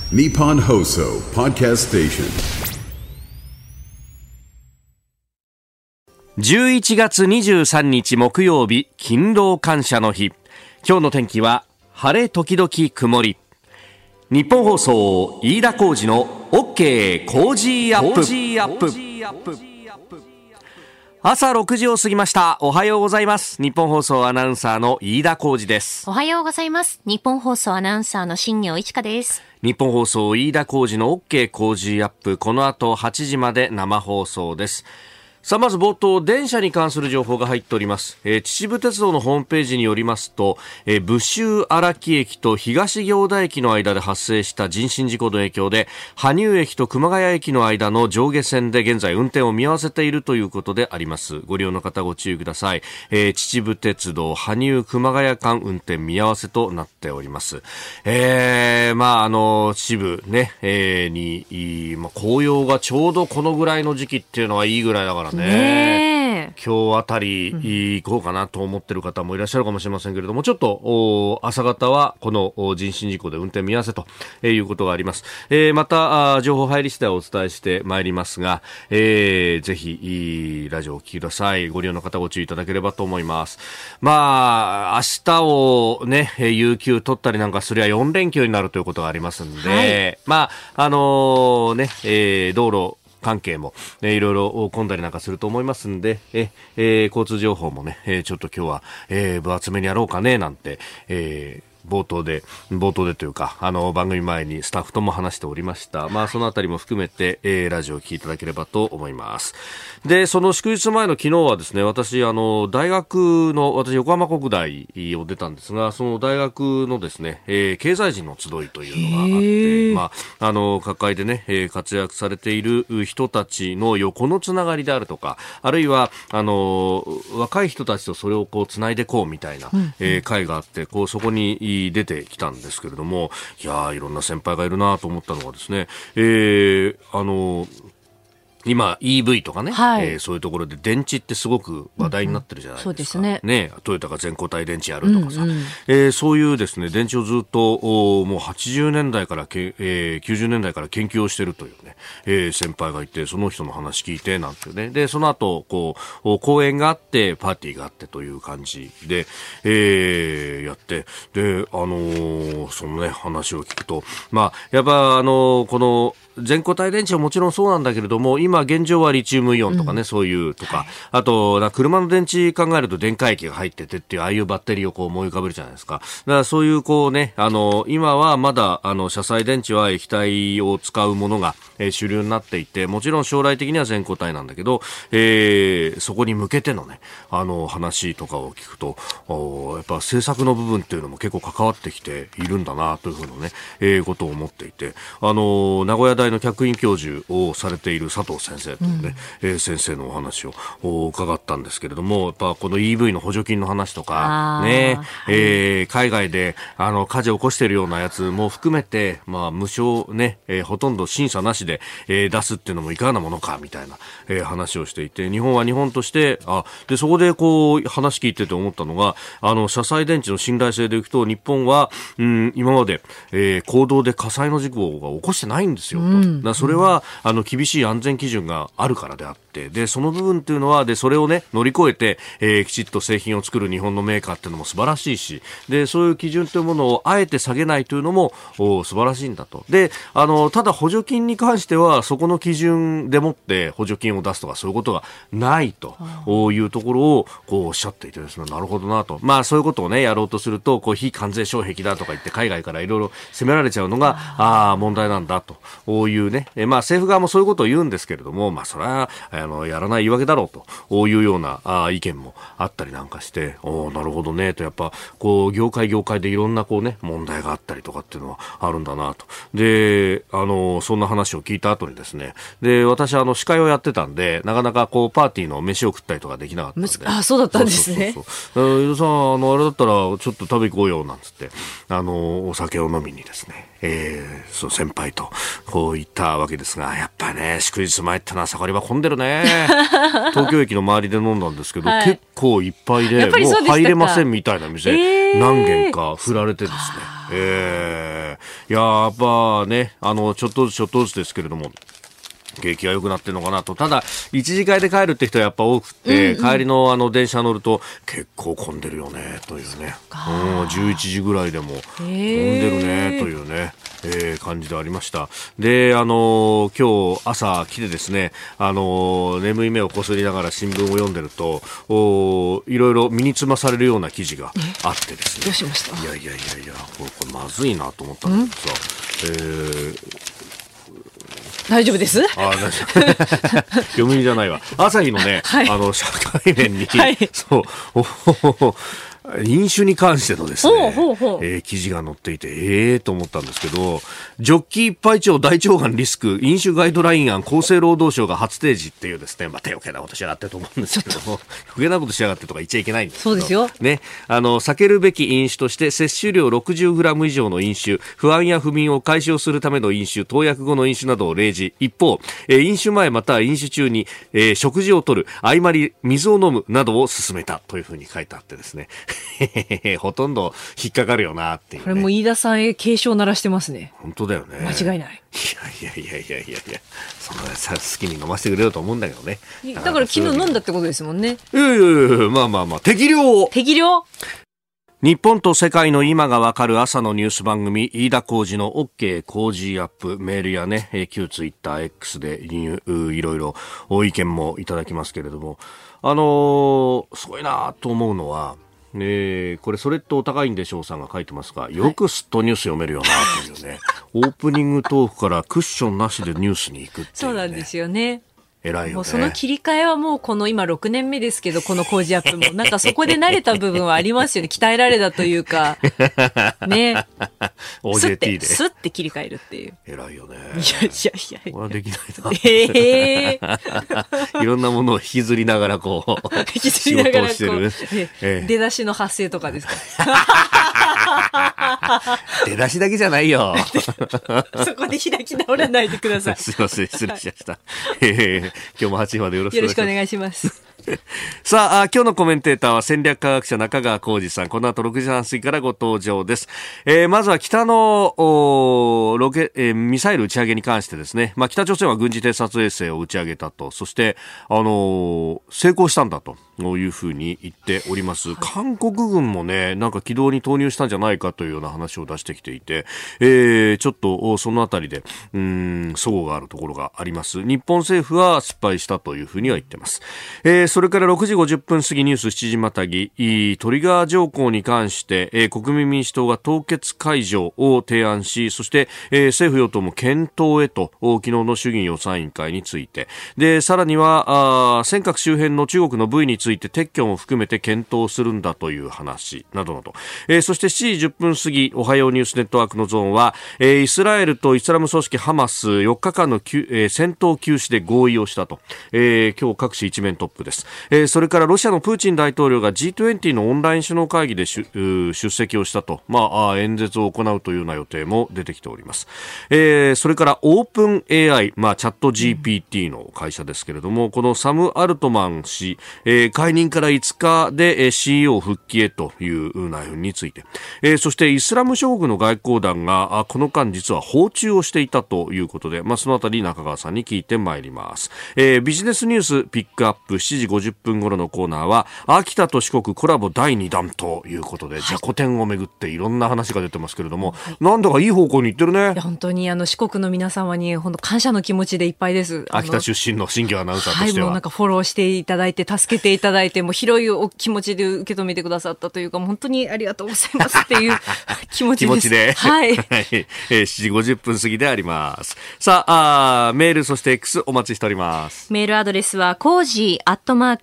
Nippon Hoso Podcast Station。 11月23日木曜日、勤労感謝の日。今日の天気は晴れ時々曇り。日本放送飯田浩司の OK 工事アップ。朝6時を過ぎました。おはようございます。日本放送アナウンサーの飯田浩司です。 おはようございます。日本放送アナウンサーの新業一華です。 日本放送飯田浩司の OK 工事アップ。この後8時まで生放送です。さあ、まず冒頭、電車に関する情報が入っております。秩父鉄道のホームページによりますと、武州荒木駅と東行田駅の間で発生した人身事故の影響で、羽生駅と熊谷駅の間の上下線で現在運転を見合わせているということであります。ご利用の方ご注意ください。秩父鉄道羽生熊谷間運転見合わせとなっております。秩父ね、紅葉がちょうどこのぐらいの時期っていうのはいいぐらいだからね、今日あたり行こうかなと思ってる方もいらっしゃるかもしれませんけれども、ちょっと朝方はこの人身事故で運転見合わせということがあります。また情報入り次第お伝えしてまいりますが、ぜひラジオをお聞きください。ご利用の方ご注意いただければと思います。明日をね、有給取ったりなんかすりゃ4連休になるということがありますんで、道路関係も、いろいろ混んだりなんかすると思いますんで、交通情報もね、ちょっと今日は、分厚めにやろうかねなんて、冒頭でというか、番組前にスタッフとも話しておりました。そのあたりも含めて、ラジオを聞いていただければと思います。で、その祝日前の昨日はですね、私横浜国大を出たんですが、その大学のですね、経済人の集いというのがあって、各界でね、活躍されている人たちの横のつながりであるとか、あるいは、若い人たちとそれをこうつないでいこうみたいな、会があって、そこに出てきたんですけれども、いろんな先輩がいるなと思ったのがですね、今 EV とかね、そういうところで電池ってすごく話題になってるじゃないですか。そうですね。トヨタが全固体電池やるとかさ、そういうですね、電池をずっともう80年代から、90年代から研究をしているというね、先輩がいて、その人の話聞いてなんてね。で、その後講演があってパーティーがあってという感じで、やって、で、そのね話を聞くと、やっぱこの全固体電池はもちろんそうなんだけれども、今現状はリチウムイオンとかね、そういうとか、あと車の電池考えると電化液が入っててっていう、ああいうバッテリーを思い浮かべるじゃないですか。だからそういう今はまだ車載電池は液体を使うものが、主流になっていて、もちろん将来的には全固体なんだけど、そこに向けてのね話とかを聞くと、やっぱ政策の部分っていうのも結構関わってきているんだなというふうなね、ことを思っていて、名古屋大の客員教授をされている佐藤先生というね、先生のお話を伺ったんですけれども、やっぱこの EV の補助金の話とかね、海外で火事を起こしているようなやつも含めて、無償ね、ほとんど審査なしで、出すっていうのもいかがなものかみたいな、話をしていて、日本は日本としてでそこで話聞いてて思ったのが、車載電池の信頼性でいくと、日本は今まで、公道で火災の事故が起こしてないんですよ。それは厳しい安全基準があるからであって、でその部分っていうのはそれをね乗り越えて、きちっと製品を作る日本のメーカーっていうのも素晴らしいし、でそういう基準というものをあえて下げないというのも素晴らしいんだと。でただ補助金に関してはそこの基準でもって補助金を出すとかそういうことがないというところをおっしゃっていてですね、なるほどなと。そういうことをねやろうとすると非関税障壁だとか言って海外からいろいろ責められちゃうのが問題なんだというね、政府側もそういうことを言うんですけれども、それはやらない言い訳だろうというような意見もあったりなんかして、なるほどねと。やっぱ業界でいろんな問題があったりとかっていうのはあるんだなと。でそんな話を聞いた後にですね、で私司会をやってたんで、なかなかパーティーの飯を食ったりとかできなかったんで。 そうだったんですね。 井戸さんあれだったらちょっと食べ行こうよなんつってお酒を飲みにですね、そう先輩と言ったわけですが、やっぱりね祝日前ってのは盛り場混んでるね。東京駅の周りで飲んだんですけど、結構いっぱいで、もう入れませんみたいな店、何軒か振られてですね、 やっぱね、ちょっとずつですけれども、景気が良くなってるのかなと。ただ一次会で帰るって人はやっぱ多くて、帰りの電車乗ると結構混んでるよねというね、11時ぐらいでも混んでるねというね、感じでありました。で、今日朝来てですね、眠い目をこすりながら新聞を読んでると、いろいろ身につまされるような記事があってですね、 どうしました？ いやこれまずいなと思ったんだけどさ、 大丈夫です。 読売じゃないわ。朝日のね、 はい、 社会面に、 はい、 そう飲酒に関してのですね、記事が載っていて、と思ったんですけど、ジョッキ一杯超大腸がんリスク飲酒ガイドライン案厚生労働省が初提示っていうですね、また余計なことしやがってと思うんですけども、余計なことしやがってとか言っちゃいけないんですけど、 そうですよ。 ね、避けるべき飲酒として摂取量 60g 以上の飲酒、不安や不眠を解消するための飲酒、投薬後の飲酒などを例示。一方、飲酒前または飲酒中に、食事をとる、合間に水を飲むなどを勧めたというふうに書いてあってですね。ほとんど引っかかるよなっていう、ね、 これも飯田さんへ警鐘を鳴らしてますね。 本当だよね。 間違いない。 いやそんなさ好きに飲ませてくれよと思うんだけどね。 だから昨日飲んだってことですもんね。 まあ適量日本と世界の今がわかる朝のニュース番組、飯田浩司の OK 工事アップ。メールやね、旧ツイッター X でいろいろ意見もいただきますけれども、すごいなと思うのは、これそれってお高いんでしょうさんが書いてますが、よくスッとニュース読めるよなというね、オープニングトークからクッションなしでニュースに行くっていう、ね、 そうなんですよね。 偉いよね。 もうその切り替えはもうこの今6年目ですけど、この工事アップもなんかそこで慣れた部分はありますよね。鍛えられたというかね、 OJT でスッて切り替えるっていう。 偉いよね。 いやこれはできないな。いろんなものを引きずりながらこう仕事をしてる。 出だしの発声とかですか。 出だしだけじゃないよ。 そこで開き直らないでください。 すいません、失礼しました。今日も8時までよろしくお願いします。さあ、今日のコメンテーターは戦略科学者中川浩司さん。この後6時半過ぎからご登場です。まずは北のミサイル打ち上げに関してですね、北朝鮮は軍事偵察衛星を打ち上げたと、そして、成功したんだというふうに言っております。韓国軍もね、なんか軌道に投入したんじゃないかというような話を出してきていて、ちょっとそのあたりで齟齬があるところがあります。日本政府は失敗したというふうには言ってます。それから6時50分過ぎニュース7時またぎ、トリガー条項に関して、国民民主党が凍結解除を提案し、そして、政府与党も検討へと昨日の衆議院予算委員会について、でさらには尖閣周辺の中国の部位について撤去も含めて検討するんだという話などなど、そして7時10分過ぎおはようニュースネットワークのゾーンは、イスラエルとイスラム組織ハマス4日間の戦闘休止で合意をしたと、今日各紙一面トップです。それからロシアのプーチン大統領が G20 のオンライン首脳会議で出席をしたと、演説を行うというような予定も出てきております。それからオープン AI、チャット GPT の会社ですけれども、このサム・アルトマン氏、解任から5日で CEO 復帰へという内容について、そしてイスラム諸国の外交団がこの間実は訪中をしていたということで、そのあたり中川さんに聞いてまいります。ビジネスニュースピックアップ7時50分頃のコーナーは秋田と四国コラボ第2弾ということで、じゃこ天をめぐっていろんな話が出てますけれども、なんだかいい方向に行ってるね。 いや本当に四国の皆様に本当感謝の気持ちでいっぱいです。 秋田出身の新業アナウンサーとしては、 もうなんかフォローしていただいて助けていただいて、もう広いお気持ちで受け止めてくださったというか、本当にありがとうございますっていう気持ちです。 気持ちで、 はい、 7時50分過ぎであります。さあ、メールそして X お待ちしております。 メールアドレスはコージー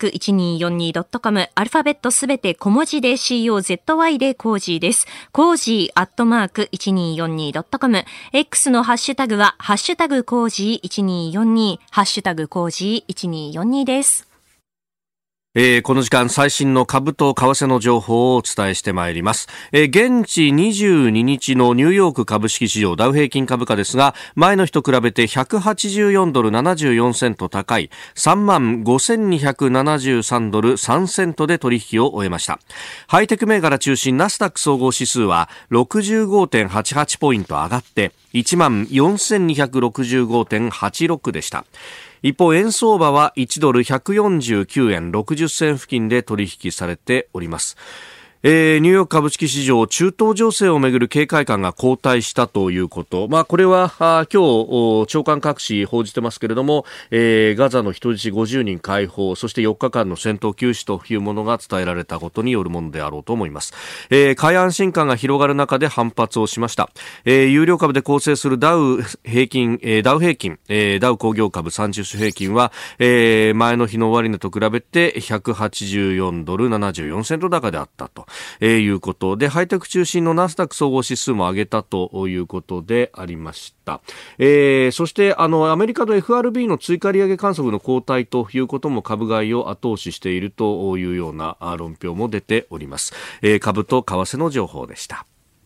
@1242.com、アルファベットすべて小文字で COZY でコージーです。コージー@1242.com、 X のハッシュタグはハッシュタグコージー1242、ハッシュタグコージー1242です。 この時間最新の株と為替の情報をお伝えしてまいります。現地22日のニューヨーク株式市場ダウ平均株価ですが、前の日と比べて184ドル74セント高い 35,273 ドル3セントで取引を終えました。ハイテク銘柄中心ナスダック総合指数は 65.88 ポイント上がって14,265.86 でした。一方、円相場は1ドル149円60銭付近で取引されております。ニューヨーク株式市場、中東情勢をめぐる警戒感が後退したということ。これは今日朝刊各紙報じてますけれども、ガザの人質50人解放、そして4日間の戦闘休止というものが伝えられたことによるものであろうと思います。買い安心感が広がる中で反発をしました。有料株で構成するダウ工業株30種平均は、前の日の終値と比べて184ドル74セント高であったと。いうことで、ハイテク中心のナスダック総合指数も上げたということでありました。そしてアメリカの FRB の追加利上げ観測の後退ということも株買いを後押ししているというような論評も出ております。株と為替の情報でした。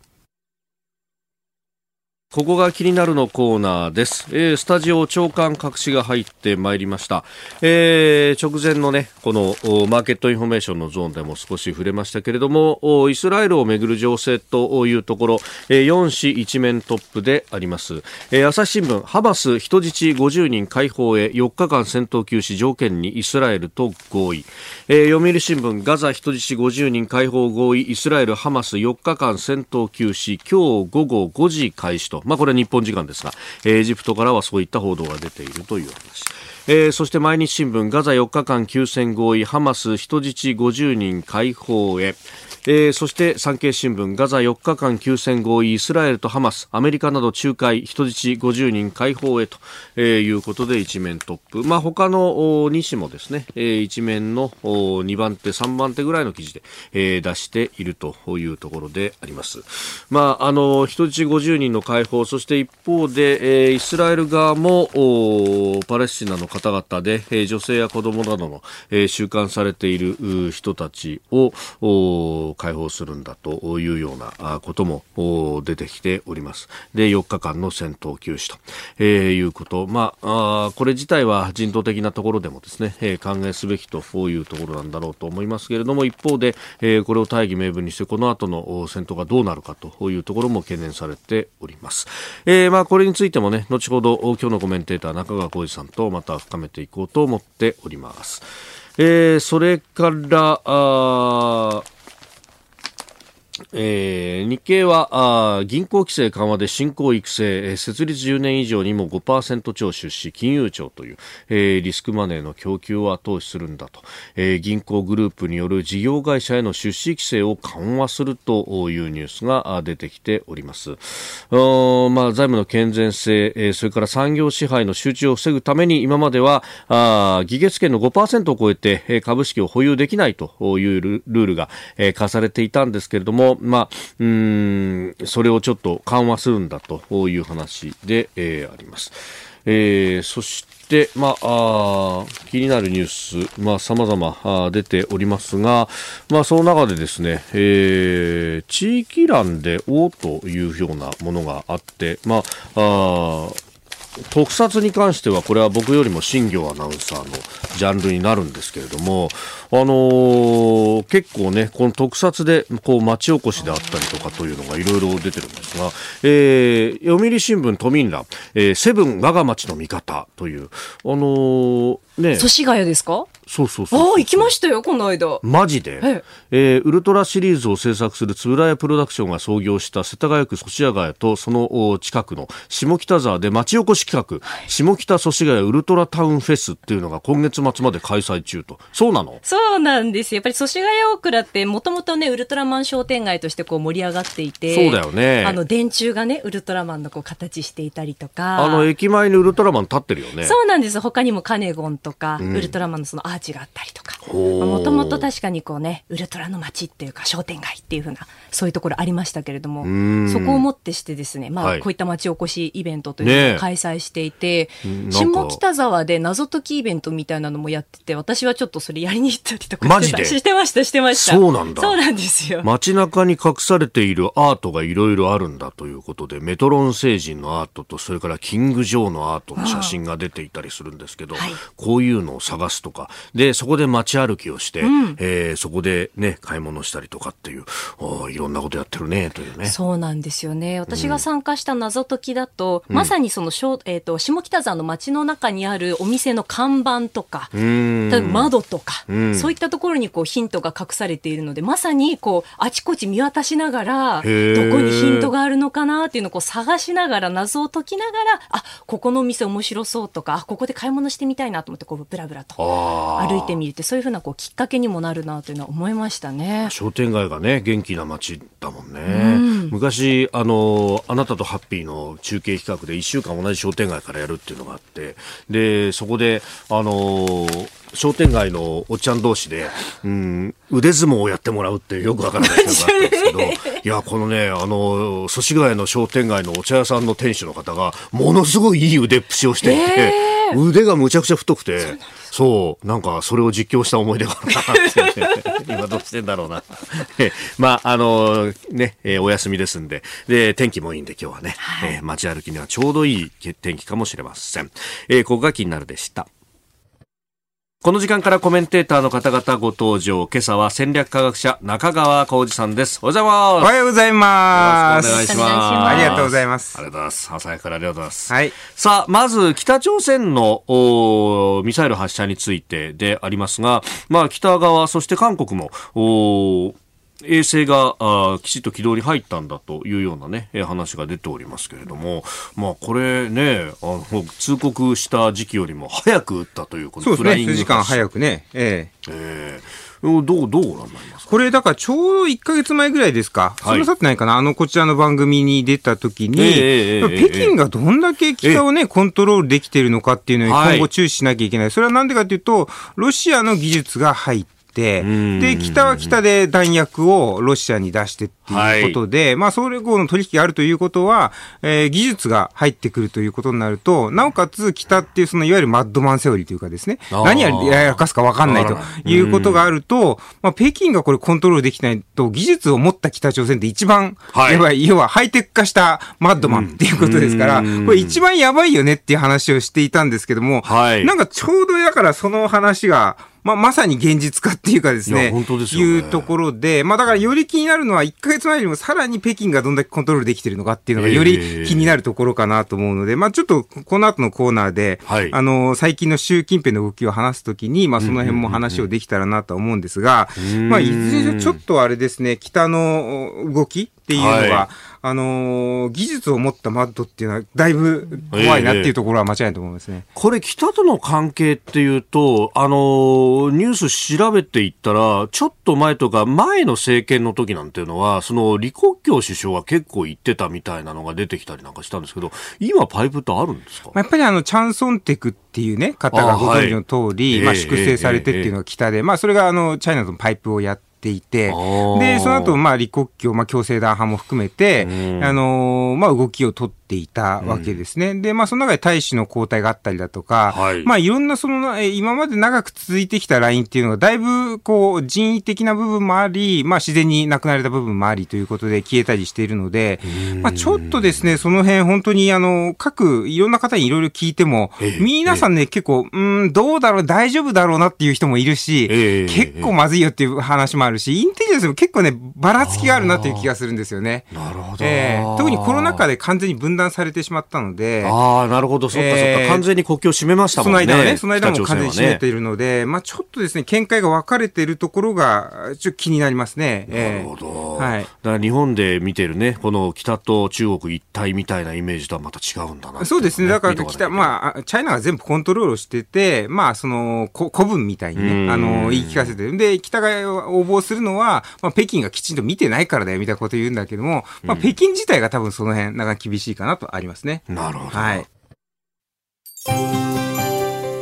ここが気になるのコーナーです。スタジオ長官各紙が入ってまいりました。直前のね、このマーケットインフォメーションのゾーンでも少し触れましたけれども、イスラエルをめぐる情勢というところ、4紙一面トップであります。朝日新聞、ハマス人質50人解放へ4日間戦闘休止条件にイスラエルと合意。読売新聞、ガザ人質50人解放合意、イスラエルハマス4日間戦闘休止、今日午後5時開始と。これは日本時間ですが、エジプトからはそういった報道が出ているという話。そして毎日新聞、ガザ4日間休戦合意、ハマス人質50人解放へ。そして産経新聞、ガザ4日間休戦合意、イスラエルとハマス、アメリカなど仲介、人質50人解放へと、いうことで一面トップ。他の2紙もですね、一面の2番手、3番手ぐらいの記事で、出しているというところであります。人質50人の解放、そして一方で、イスラエル側もパレスチナの方々で、女性や子供などの、収監されている人たちを解放するんだというようなことも出てきております。で、4日間の戦闘休止と、いうこと。これ自体は人道的なところでもですね、歓迎すべきというところなんだろうと思いますけれども、一方で、これを大義名分にしてこの後の戦闘がどうなるかというところも懸念されております。これについてもね、後ほど今日のコメンテーター中川浩二さんとまた深めていこうと思っております。それから日経は銀行規制緩和で新興育成、設立10年以上にも 5% 超出資金融庁という、リスクマネーの供給を後押しするんだと、銀行グループによる事業会社への出資規制を緩和するというニュースが出てきております。財務の健全性、それから産業支配の集中を防ぐために今までは議決権の 5% を超えて株式を保有できないというルールが、課されていたんですけれども、それをちょっと緩和するんだという話で、あります。そして気になるニュース、様々出ておりますが、その中でですね、地域欄でというようなものがあって、特撮に関してはこれは僕よりも新業アナウンサーのジャンルになるんですけれども、結構ね、この特撮で町おこしであったりとかというのがいろいろ出てるんですが、読売新聞都民欄、セブン我が町の味方という祖師ヶ谷ですか？ そう行きましたよこの間。 マジで、ウルトラシリーズを制作する円谷プロダクションが創業した世田谷区祖師谷ヶ谷とその近くの下北沢で町おこし企画、下北祖師ヶ谷ウルトラタウンフェスっていうのが今月末まで開催中と。そうなの？ そうなんですよ。やっぱり祖師ヶ谷大倉ってもともとねウルトラマン商店街として盛り上がっていて、 そうだよね。 電柱がねウルトラマンの形していたりとか、 駅前にウルトラマン立ってるよね。 そうなんです。他にもカネゴンとか、ウルトラマンのそのアーチがあったりとか、もともと確かにこうね、ウルトラの街っていうか商店街っていう風なそういうところありましたけれども、そこをもってしてですね、まあこういった町おこしイベントというのを開催していて、下北沢で謎解きイベントみたいなのもやってて、私はちょっとそれやりに行ったりとかしてました。 そうなんだ。 そうなんですよ。 街中に隠されているアートがいろいろあるんだということで、メトロン星人のアートと、それからキング・ジョーのアートの写真が出ていたりするんですけど、こういうのを探すとかで、そこで街歩きをして、そこでね買い物したりとかっていう、いろんなことやってるねというね。 そうなんですよね。私が参加した謎解きだと、まさにその下北沢の街の中にあるお店の看板とか、例えば窓とか、そういったところにこうヒントが隠されているので、まさにこうあちこち見渡しながら、どこにヒントがあるのかなっていうのをこう探しながら、謎を解きながら、あ、ここのお店面白そうとか、あ、ここで買い物してみたいなと思って、こうブラブラと歩いてみるって、そういうふうなこうきっかけにもなるなというのは思いましたね。 商店街がね、元気な街だもんね。昔あなたとハッピーの中継企画で1週間同じ商店街からやるっていうのがあって、でそこで商店街のおっちゃん同士で、腕相撲をやってもらうってよくわからない人があったんですけど、いや、このね、祖師ヶ谷の商店街のお茶屋さんの店主の方が、ものすごいいい腕っぷしをしていて、腕がむちゃくちゃ太くて、なんかそれを実況した思い出があるなって、ね、今どうしてんだろうな。まあ、お休みですんで、天気もいいんで今日はね、街歩きにはちょうどいい天気かもしれません。ここが気になるでした。この時間からコメンテーターの方々ご登場。今朝は戦略科学者中川浩二さんです。おはようございます。 おはようございます。 よろしくお願いします。 ありがとうございます。 ありがとうございます。朝早くからありがとうございます。 はい。 さあ、まず北朝鮮のミサイル発射についてでありますが、まあ北側そして韓国も衛星がきちっと軌道に入ったんだというようなね、話が出ておりますけれども、まあこれね、通告した時期よりも早く撃ったということですね。そうですね。数時間早くね。 どうご覧になりますか？ これだからちょうど1ヶ月前ぐらいですか。そんな経ってないかな。こちらの番組に出た時に、北京がどんだけ北をね、コントロールできているのかっていうのに今後注視しなきゃいけない。それはなんでかというと、ロシアの技術が入って、で、北は北で弾薬をロシアに出してっていうことで、まあ、それ以降の取引があるということは、技術が入ってくるということになると、なおかつ北っていうそのいわゆるマッドマンセオリーというかですね、何やらかすか分かんないということがあると、まあ、北京がこれコントロールできないと、技術を持った北朝鮮って一番やばい、要はハイテク化したマッドマンっていうことですから、これ一番やばいよねっていう話をしていたんですけども、なんかちょうどだからその話が、まさに現実化っていうかですね、いうところで、だからより気になるのは1ヶ月前よりもさらに北京がどんだけコントロールできているのかっていうのがより気になるところかなと思うので、ちょっとこの後のコーナーで、最近の習近平の動きを話すときに、その辺も話をできたらなと思うんですが、いずれにせよちょっとあれですね、北の動きっていうのが、技術を持ったマッドっていうのはだいぶ怖いなっていうところは間違いないと思いますね。 これ北との関係っていうと、ニュース調べていったら、ちょっと前とか前の政権の時なんていうのは、その李克強首相が結構言ってたみたいなのが出てきたりなんかしたんですけど、今パイプってあるんですか？ やっぱりチャンソンテクっていうね、方がご存知の通り、粛清されてっていうのが北で、それがチャイナとのパイプをやっていて、で、その後、李克強、強制弾派も含めて、動きを取っていたわけですね。で、その中で大使の交代があったりだとか、いろんな今まで長く続いてきたラインっていうのが、だいぶ、人為的な部分もあり、自然になくなれた部分もありということで消えたりしているので、ちょっとですね、その辺、本当に、いろんな方にいろいろ聞いても、皆さんね、結構、どうだろう、大丈夫だろうなっていう人もいるし、結構まずいよっていう話もあるし、インテリジェンスも結構ね、ばらつきがあるなっていう気がするんですよね。 なるほど。 特にコロナ禍で完全に分断されてしまったので。 なるほど。そっか。完全に国境を閉めましたもんね。 その間も完全に閉めているので、ちょっとですね、見解が分かれているところが、ちょっと気になりますね。 なるほど。だから日本で見ているね、この北と中国一体みたいなイメージとはまた違うんだな。 そうですね。だからチャイナが全部コントロールしてて、古文みたいにね、言い聞かせてる。で、北が応募するのは、北京がきちんと見てないからだよみたいなこと言うんだけども、北京自体が多分その辺なんか厳しいかなとありますね。 なるほど。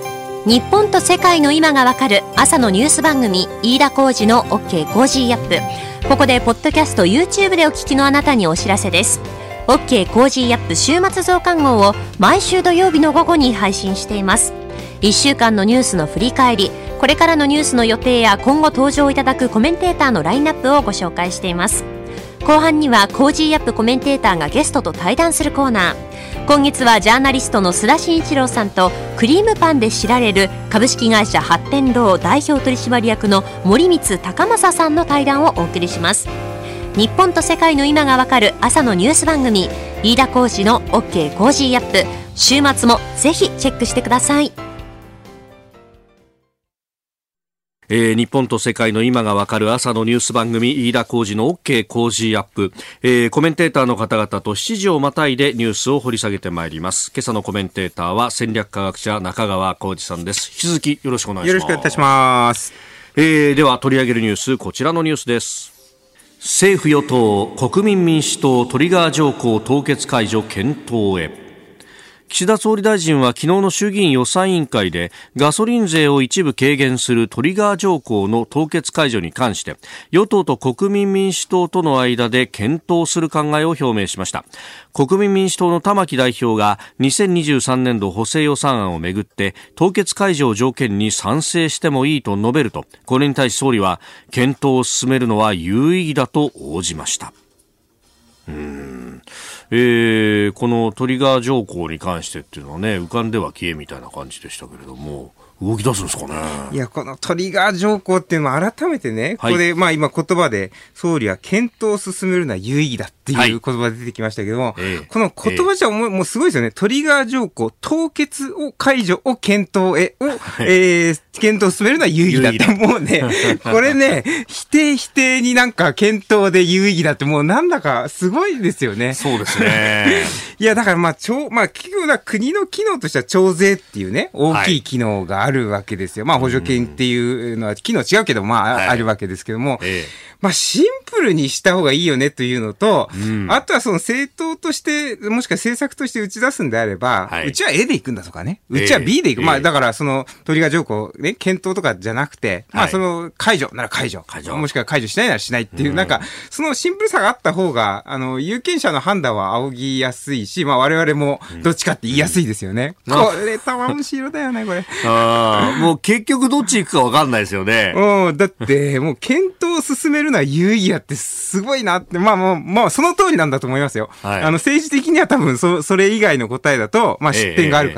日本と世界の今がわかる朝のニュース番組、飯田浩司の OK コージーアップ。ここでポッドキャスト YouTube でお聞きのあなたにお知らせです。 OK コージーアップ週末増刊号を毎週土曜日の午後に配信しています。1週間のニュースの振り返り、これからのニュースの予定や今後登場いただくコメンテーターのラインナップをご紹介しています。後半にはコージーアップコメンテーターがゲストと対談するコーナー。今月はジャーナリストの須田慎一郎さんとクリームパンで知られる株式会社発展ロー代表取締役の森光高正さんの対談をお送りします。日本と世界の今がわかる朝のニュース番組、飯田浩司の OK コージーアップ。週末もぜひチェックしてください。 日本と世界の今がわかる朝のニュース番組、飯田浩司の OK コージーアップ。コメンテーターの方々と7時をまたいでニュースを掘り下げてまいります。今朝のコメンテーターは戦略科学者中川浩司さんです。引き続きよろしくお願いします。 よろしくお願いいたします。 では取り上げるニュース、こちらのニュースです。政府与党国民民主党トリガー条項凍結解除検討へ。岸田総理大臣は昨日の衆議院予算委員会でガソリン税を一部軽減するトリガー条項の凍結解除に関して与党と国民民主党との間で検討する考えを表明しました。国民民主党の玉木代表が2023年度補正予算案をめぐって凍結解除を条件に賛成してもいいと述べると、これに対し総理は検討を進めるのは有意義だと応じました。このトリガー条項に関してっていうのはね、浮かんでは消えみたいな感じでしたけれども、動き出すんですかね。 いや、このトリガー条項っていうのは改めてね、ここで、今言葉で総理は検討を進めるのは有意義だっていう言葉が出てきましたけども、この言葉じゃもうすごいですよね。トリガー条項凍結を解除を検討へを、検討を進めるのは有意義だって。もうね、これね、否定になんか検討で有意義だってもうなんだかすごいですよね。 そうですね。 いや、だから結局は国の機能としては徴税っていうね、大きい機能があるわけですよ。補助金っていうのは機能違うけど、あるわけですけども、シンプルにした方がいいよねというのと、あとはその政党として、もしくは政策として打ち出すんであれば、うちは A で行くんだとかね、うちは B で行く。だからそのトリガー条項ね、検討とかじゃなくて、その解除なら解除。もしくは解除しないならしないっていう、そのシンプルさがあった方が、有権者の判断は仰ぎやすいし、我々もどっちかって言いやすいですよね。これ、玉虫色だよね、これ。 もう結局どっち行くか分かんないですよね。 だって、もう検討を進めるのは有意義だってすごいなって、その通りなんだと思いますよ。政治的には多分それ以外の答えだと、失点があるから、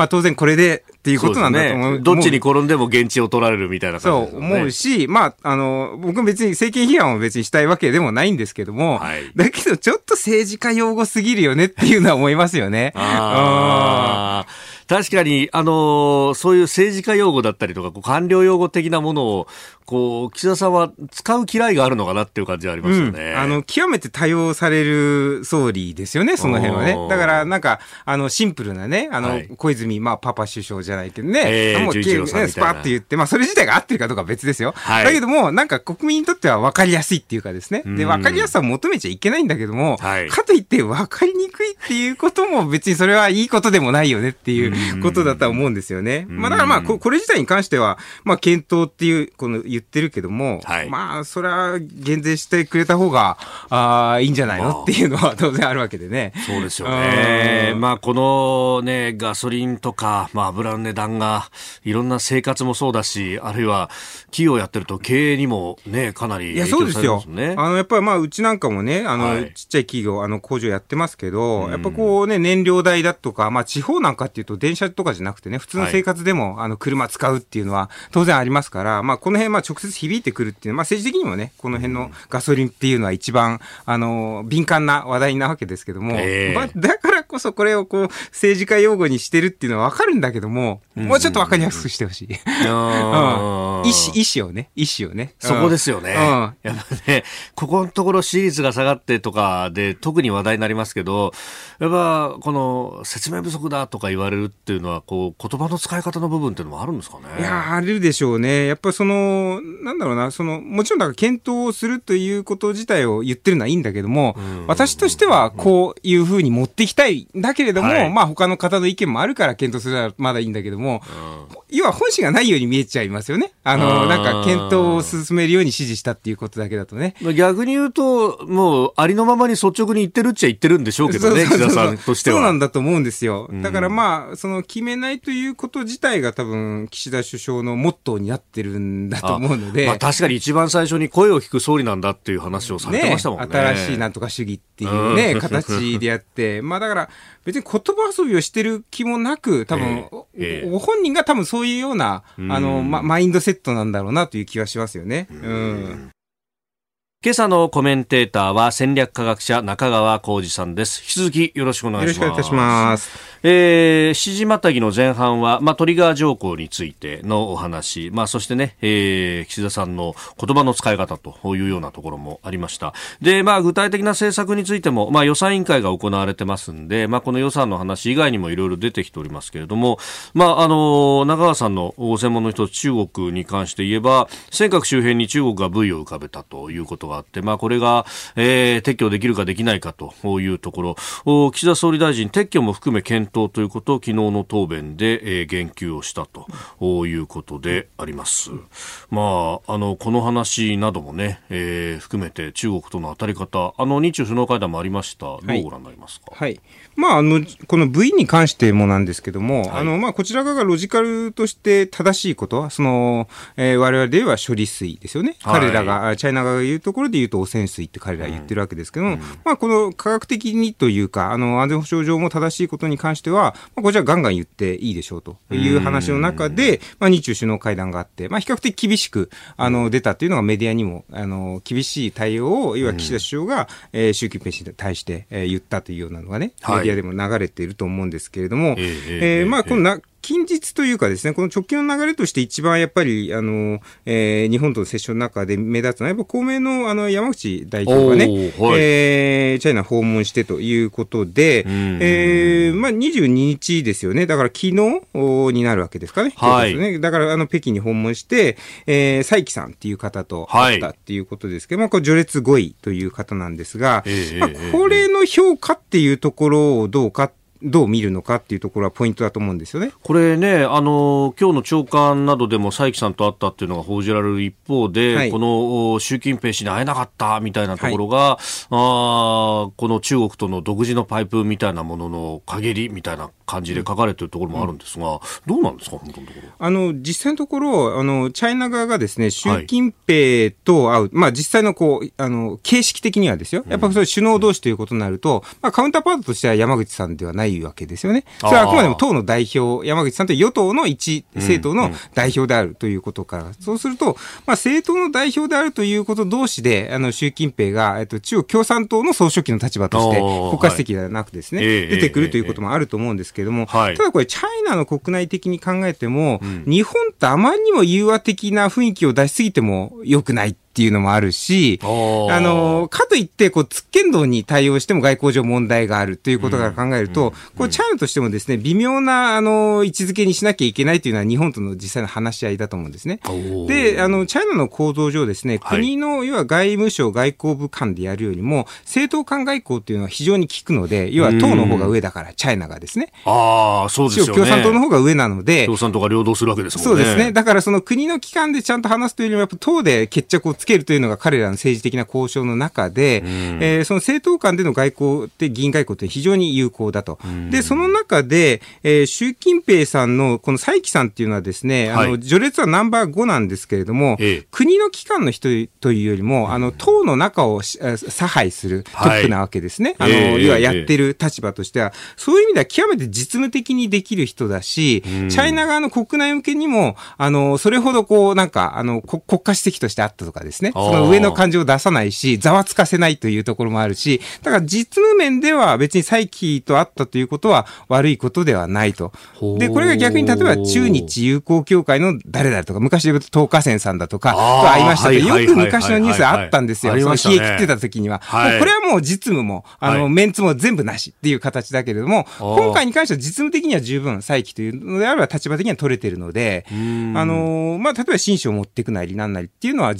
当然これでっていうことなんだと思う。 どっちに転んでも現地を取られるみたいな感じですよね。 そう思うし、僕別に政権批判を別にしたいわけでもないんですけども、だけどちょっと政治家用語すぎるよねっていうのは思いますよね。 確かに、そういう政治家用語だったりとか、官僚用語的なものを、岸田さんは使う嫌いがあるのかなっていう感じがありますよね。 極めて多用される総理ですよね、その辺はね。だから、シンプルなね、小泉、パパ首相じゃないけどね、もう、スパッと言って、それ自体が合ってるかどうかは別ですよ。だけども、国民にとっては分かりやすいっていうかですね。で、分かりやすさを求めちゃいけないんだけども、かといって分かりにくいっていうことも別にそれはいいことでもないよねっていうことだとは思うんですよね。だからこれ自体に関しては、検討っていう、言ってるけども、それは減税してくれた方が、いいんじゃないのっていうのは当然あるわけでね。 そうですよね。このね、ガソリンとか、油の値段が、いろんな生活もそうだし、あるいは企業やってると経営にもね、かなり影響されますね。いや、そうですよ。やっぱりうちなんかもね、ちっちゃい企業、工場やってますけど、やっぱ燃料代だとか、地方なんかっていうと電車とかじゃなくてね、普通の生活でも、車使うっていうのは当然ありますから、この辺、直接響いてくるっていうのは、政治的にもね、この辺のガソリンっていうのは一番、敏感な話題なわけですけども、だからこそこれを政治家用語にしてるっていうのはわかるんだけども、もうちょっとわかりやすくしてほしい。意思をね。 そこですよね。やっぱね、ここのところ支持率が下がってとかで特に話題になりますけど、やっぱこの説明不足だとか言われるっていうのは、言葉の使い方の部分っていうのもあるんですかね。 いや、あるでしょうね。やっぱりなんだろうな、もちろん検討をするということ自体を言ってるのはいいんだけども、私としてはこういうふうに持っていきたいいんだけれども、はい、まあ他の方の意見もあるから検討するのはまだいいんだけども、要は本心がないように見えちゃいますよね。なんか検討を進めるように指示したっていうことだけだとね。 逆に言うと、もうありのままに率直に言ってるっちゃ言ってるんでしょうけどね、岸田さんとしては。 そうなんだと思うんですよ。だからまあ、その決めないということ自体が多分、岸田首相のモットーになってるんだと思うので。 まあ確かに一番最初に声を聞く総理なんだっていう話をされてましたもんね。 新しいなんとか主義っていうね、形でやって、まあだから別に言葉遊びをしてる気もなく、多分、ご本人が多分そういうような、マインドセットなんだろうなという気はしますよね。 今朝のコメンテーターは戦略科学者中川浩二さんです。引き続きよろしくお願いします。 よろしくお願いいたします。 7時またぎの前半は、トリガー条項についてのお話、そしてね、岸田さんの言葉の使い方というようなところもありました。で、具体的な政策についても、予算委員会が行われてますんで、この予算の話以外にもいろいろ出てきておりますけれども、中川さんのご専門の一つ、中国に関して言えば、尖閣周辺に中国がブイを浮かべたということがあって、これが、撤去できるかできないかというところ、岸田総理大臣、撤去も含め検討ということを昨日の答弁で、言及をしたということであります。この話などもね、含めて中国との当たり方、日中首脳会談もありました。どうご覧になりますか？ はい。この V に関してもなんですけども、はい、こちら側がロジカルとして正しいことは、我々では処理水ですよね。はい、彼らが、チャイナ側が言うところで言うと汚染水って彼ら言ってるわけですけども、この科学的にというか、安全保障上も正しいことに関しては、こちらガンガン言っていいでしょうという話の中で、日中首脳会談があって、比較的厳しく、出たというのがメディアにも、厳しい対応を、要は岸田首相が、習近平氏に対して、言ったというようなのがね、メディアでも流れていると思うんですけれども、この近日というかですね、この直近の流れとして一番やっぱり、日本との接触の中で目立つのは、やっぱ公明の山口代表がね、チャイナ訪問してということで、22日ですよね。だから昨日になるわけですかね。はい。だから北京に訪問して、蔡奇さんっていう方と会ったっていうことですけど、これ序列5位という方なんですが、これの評価っていうところをどう見るのかっていうところはポイントだと思うんですよね。 これね、今日の朝刊などでも蔡奇さんと会ったっていうのが報じられる一方で、はい、この習近平氏に会えなかったみたいなところが、この中国との独自のパイプみたいなものの陰りみたいな感じで書かれているところもあるんですが、どうなんですか、本当のところ。 実際のところ、チャイナ側がですね、習近平と会う、実際の形式的にはですよ、やっぱりそれ首脳同士ということになると、カウンターパートとしては山口さんではないわけですよね。それはあくまでも党の代表、山口さんという与党の一政党の代表であるということから、そうすると、政党の代表であるということ同士で、習近平が、中国共産党の総書記の立場として、国家主席ではなくですね、出てくるということもあると思うんですけれども、ただこれ、チャイナの国内的に考えても、日本とあまりにも融和的な雰囲気を出しすぎても良くないっていうのもあるし、かといって、つっけんどうに対応しても外交上問題があるということから考えると、チャイナとしてもですね、微妙な、位置づけにしなきゃいけないというのは日本との実際の話し合いだと思うんですね。で、チャイナの構造上ですね、国の、要は外務省外交部間でやるよりも、政党間外交っていうのは非常に効くので、要は党の方が上だから、チャイナがですね。 そうですよね。 共産党の方が上なので。 共産党が領導するわけですもんね。 そうですね。だからその国の機関でちゃんと話すというよりも、やっぱ党で決着をつけるというのが彼らの政治的な交渉の中で、その政党間での外交って議員外交って非常に有効だと。で、その中で、習近平さんのこの蔡奇さんっていうのはですね、序列はナンバー5なんですけれども、国の機関の人というよりも、党の中を差配するトップなわけですね。要はやってる立場としては、そういう意味では極めて実務的にできる人だし、チャイナ側の国内向けにも、それほど国家主席としてあったとかですね、その上の感情を出さないし、ざわつかせないというところもあるし、だから実務面では別に蔡奇と会ったということは悪いことではないと。で、これが逆に例えば中日友好協会の誰々とか、昔で言うと東華線さんだとかと会いましたけど、よく昔のニュースあったんですよ。その冷え切ってた時には。これはもう実務も、メンツも全部なしっていう形だけれども、今回に関しては実務的には十分蔡奇というのであれば立場的には取れてるので、例えば親書を持っていくなりなんなりっていうのは十分、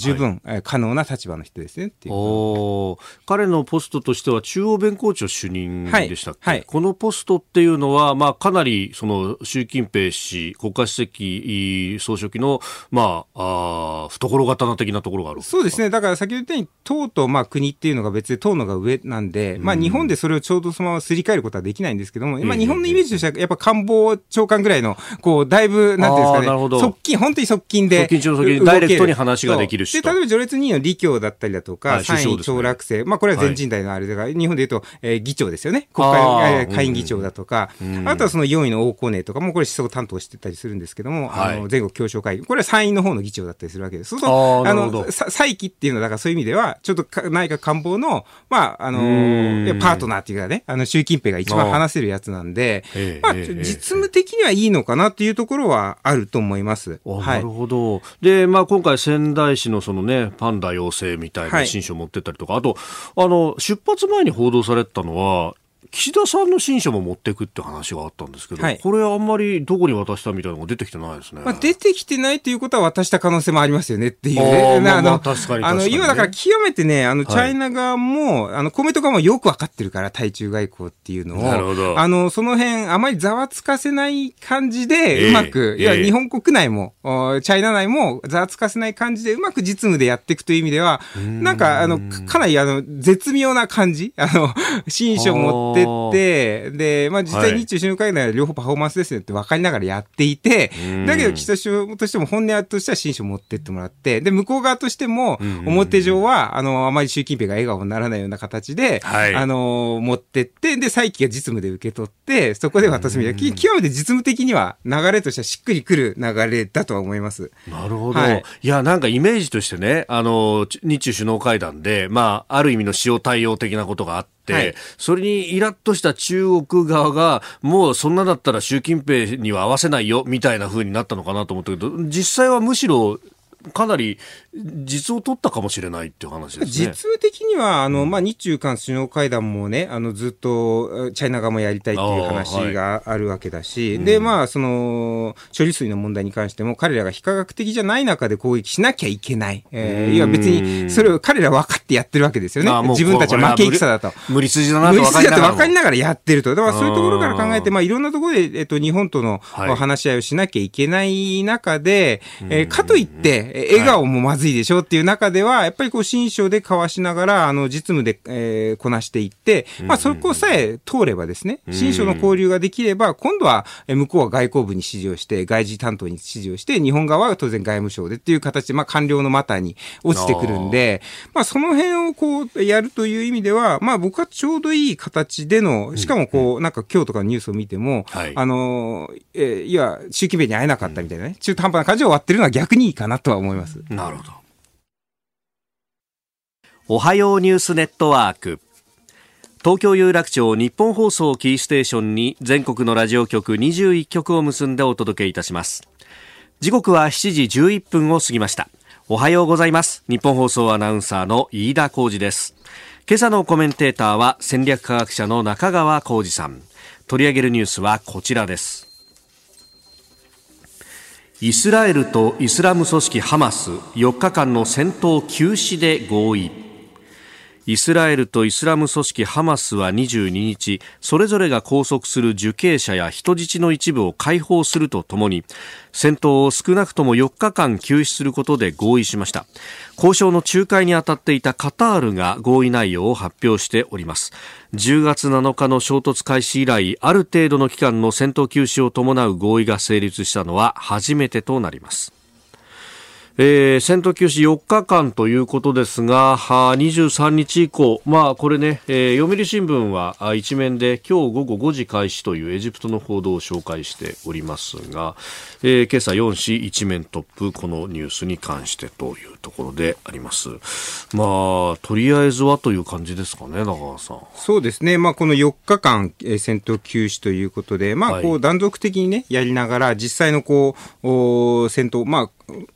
可能な立場の人ですねっていう。 彼のポストとしては中央弁公庁主任でしたっけ、このポストっていうのは、かなりその習近平氏国家主席総書記の、懐刀的なところがある。 そうですね。だから先ほど言ったように党と国っていうのが別で党のが上なんで、日本でそれをちょうどそのまますり替えることはできないんですけども、日本のイメージとしてはやっぱ官房長官ぐらいのだいぶなんていうんですかね、側近、本当に側近で側近中の側近、ダイレクトに話ができるしで、例えば序列2位の李強だったりだとか、3位長楽生、これは全人代のあれだから、日本で言うと、議長ですよね。国会下院議長だとか、あとはその4位の王光寧とかもこれ思想担当してたりするんですけども、全国協商会議、これは参院の方の議長だったりするわけです。そうすると再起っていうのはだからそういう意味ではちょっと内閣官房のパートナーっていうかね、習近平が一番話せるやつなんで、実務的にはいいのかなっていうところはあると思います。 なるほど。で、今回仙台市のそのねパンダ養成みたいな新書を持ってったりとか、あと出発前に報道されたのは岸田さんの新書も持っていくって話があったんですけど、これあんまりどこに渡したみたいなのが出てきてないですね。 出てきてないということは渡した可能性もありますよねっていうね。 確かにね。 今だから極めてね、チャイナ側も、公明党側もよくわかってるから、対中外交っていうのを。 なるほど。 その辺、あまりざわつかせない感じで、うまく、日本国内も、チャイナ内もざわつかせない感じで、うまく実務でやっていくという意味では、なんか、かなり絶妙な感じ、新書持って、で、実際日中首脳会談は両方パフォーマンスですねって分かりながらやっていて、だけど岸田首相としても本音としては新書を持ってってもらって、で、向こう側としても表上は、あまり習近平が笑顔にならないような形で、持ってって、で、再起が実務で受け取って、そこで渡すみたいな、極めて実務的には流れとしてはしっくりくる流れだとは思います。 なるほど。いや、なんかイメージとしてね、日中首脳会談で、ある意味の塩対応的なことがあって、それにイラッとした中国側がもうそんなだったら習近平には合わせないよみたいな風になったのかなと思ったけど、実際はむしろかなり実を取ったかもしれないっていう話ですね。 実務的には日中韓首脳会談もね、ずっとチャイナ側もやりたいっていう話があるわけだし、でその処理水の問題に関しても彼らが非科学的じゃない中で攻撃しなきゃいけない、いや別にそれを彼ら分かってやってるわけですよね。自分たちは負け戦だと無理筋だなと分かりながらやってると。だからそういうところから考えていろんなところで日本との話し合いをしなきゃいけない中で、かといって笑顔もまずいでしょっていう中では、やっぱり新書で交わしながら、実務で、こなしていって、そこさえ通ればですね、新書の交流ができれば、今度は、向こうは外交部に指示をして、外事担当に指示をして、日本側は当然外務省でっていう形で、官僚の股に落ちてくるんで、その辺をやるという意味では、僕はちょうどいい形での、しかもなんか今日とかのニュースを見ても、いや、習近平に会えなかったみたいなね、中途半端な感じで終わってるのは逆にいいかなとは思います。 なるほど。おはようニュースネットワーク、東京有楽町日本放送キーステーションに全国のラジオ局21局を結んでお届けいたします。時刻は7時11分を過ぎました。おはようございます。日本放送アナウンサーの飯田浩司です。今朝のコメンテーターは戦略科学者の中川浩司さん。取り上げるニュースはこちらです。イスラエルとイスラム組織ハマス4日間の戦闘休止で合意。イスラエルとイスラム組織ハマスは22日、それぞれが拘束する受刑者や人質の一部を解放するとともに、戦闘を少なくとも4日間休止することで合意しました。交渉の仲介に当たっていたカタールが合意内容を発表しております。10月7日の衝突開始以来、ある程度の期間の戦闘休止を伴う合意が成立したのは初めてとなります。戦闘休止4日間ということですが、23日以降、これね、読売新聞は一面で今日午後5時開始というエジプトの報道を紹介しておりますが、今朝4紙一面トップ、このニュースに関してというところであります。とりあえずはという感じですかね、中川さん。 そうですね。この4日間、戦闘休止ということで、断続的にね、やりながら、実際の戦闘、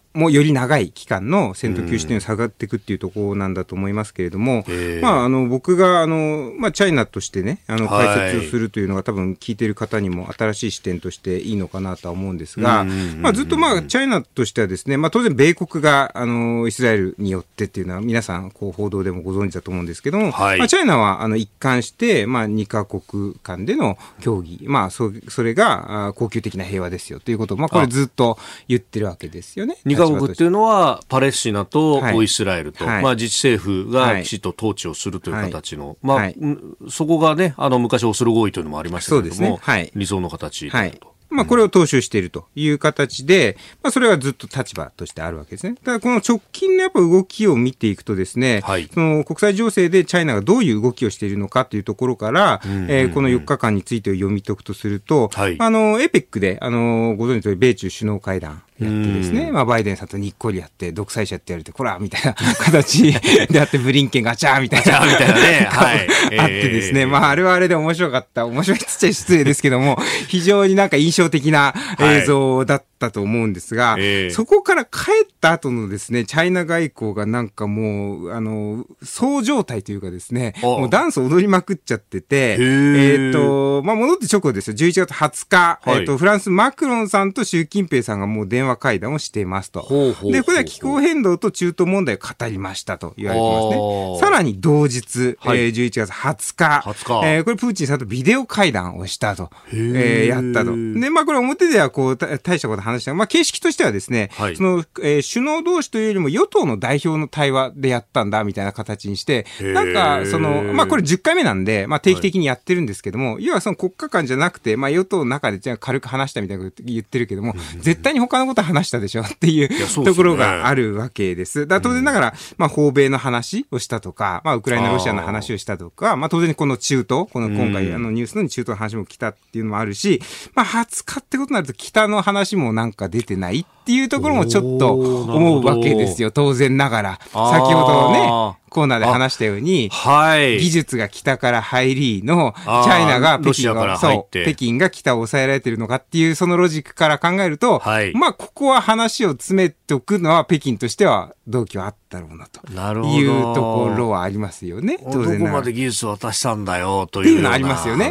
もより長い期間の戦闘休止というのを下がっていくっていうところなんだと思いますけれども、僕がチャイナとしてね解説をするというのが多分聞いている方にも新しい視点としていいのかなとは思うんですが、ずっとチャイナとしてはですね、当然米国がイスラエルによってっていうのは皆さんこう報道でもご存知だと思うんですけども、チャイナは一貫して2カ国間での協議、それが恒久的な平和ですよということをこれずっと言ってるわけですよね。 2カ国っていうのはパレスチナとイスラエルと、自治政府がきちっと統治をするという形の、そこがね昔オスロ合意というのもありましたけれども、理想の形だと。 これを踏襲しているという形で、それはずっと立場としてあるわけですね。ただこの直近のやっぱ動きを見ていくとですね、その国際情勢でチャイナがどういう動きをしているのかというところから、この4日間についてを読み解くとすると、APEC で、ご存知の通り米中首脳会談やってですね、バイデンさんとにっこりやって、独裁者って言われて、こらみたいな形であって、ブリンケンがチャーみたいな。ね。あってですね、あれはあれで面白かった。面白いっつっちゃ失礼ですけども、非常になんか印象的な映像だったと思うんですが、そこから帰った後のですね、チャイナ外交がなんかもう、総状態というかですね、もうダンス踊りまくっちゃってて、戻って直後ですよ、11月20日、フランスマクロンさんと習近平さんがもう電話会談をしていますと。で、これは気候変動と中東問題を語りましたと言われてますね。さらに同日、11月20日、これプーチンさんとビデオ会談をしたと、やったと。で、これ表ではこう、大したこと話した。形式としてはですね、その、首脳同士というよりも与党の代表の対話でやったんだみたいな形にして、なんか、その、これ10回目なんで、定期的にやってるんですけども、要はその国家間じゃなくて、与党の中でじゃあ軽く話したみたいなこと言ってるけども、絶対に他のこと話したでしょっていうところがあるわけです。当然ながら、訪米の話をしたとか、ウクライナ、ロシアの話をしたとか、当然この中東、この今回ニュースの中東の話も来たっていうのもあるし、20日ってことになると北の話もなんか出てないっていうところもちょっと思うわけですよ。当然ながら。先ほどね、コーナーで話したように、技術が北から入りの、チャイナが北京が北を抑えられてるのかっていうそのロジックから考えると、ここは話を詰めておくのは北京としては動機はあったろうなというところはありますよね。 どこまで技術を渡したんだよというっていうのはありますよね。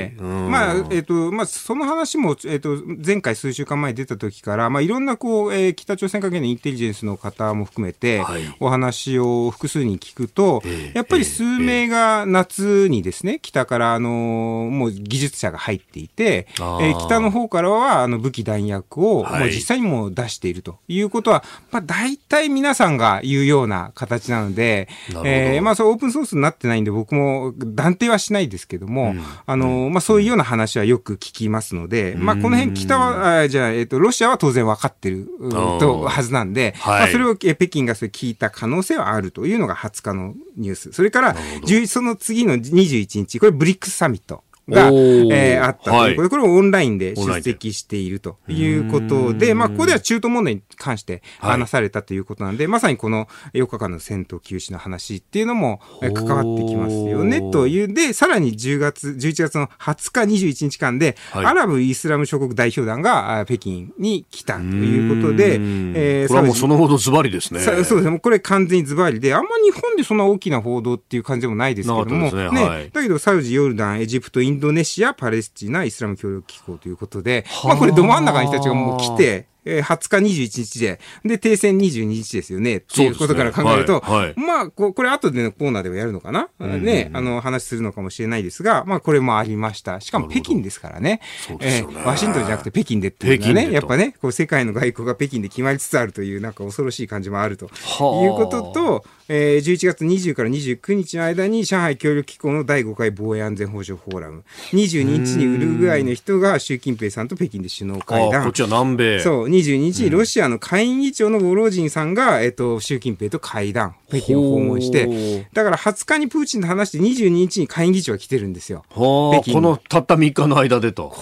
その話も、前回数週間前に出た時から、いろんな北朝鮮関係のインテリジェンスの方も含めて、お話を複数に聞くと、やっぱり数名が夏にですね、北からもう技術者が入っていて、北の方からは武器弾薬をもう実際にもう出しているということは、大体皆さんが言うような形なので、それオープンソースになってないんで僕も断定はしないですけども、そういうような話はよく聞きますので、この辺北は、ロシアは当然分かってるはずなんで、それを北京がそれ聞いた可能性はあるというのが20日のニュース。それから、その次の21日、これブリックスサミット。が、あったということで、これをオンラインで出席しているということで、ここでは中東問題に関して話されたということなんで、まさにこの4日間の戦闘休止の話っていうのも関わってきますよね、という。で、さらに11月の20日、21日間で、アラブ・イスラム諸国代表団が北京に来たということで、 これはもうそのほどズバリですね。 そうですね。これ完全にズバリで、あんま日本でそんな大きな報道っていう感じでもないですけども、だけどサウジ、ヨルダン、エジプト、インドネシア、パレスチナ、イスラム協力機構ということで、これど真ん中の人たちがもう来て、20日21日で、停戦22日ですよね。っていうことから考えると、これ後でのコーナーではやるのかなね、話するのかもしれないですが、これもありました。しかも北京ですからね。ワシントンじゃなくて北京でっていうのはね、やっぱね、世界の外交が北京で決まりつつあるという、なんか恐ろしい感じもあるということと、11月20から29日の間に上海協力機構の第5回防衛安全保障フォーラム。22日にウルグアイの人が習近平さんと北京で首脳会談。 こっちは南米。 そう、22日にロシアの下院議長のボロージンさんが、習近平と会談、北京を訪問して、だから20日にプーチンと話して22日に下院議長が来てるんですよ。 このたった3日の間でと。 これっ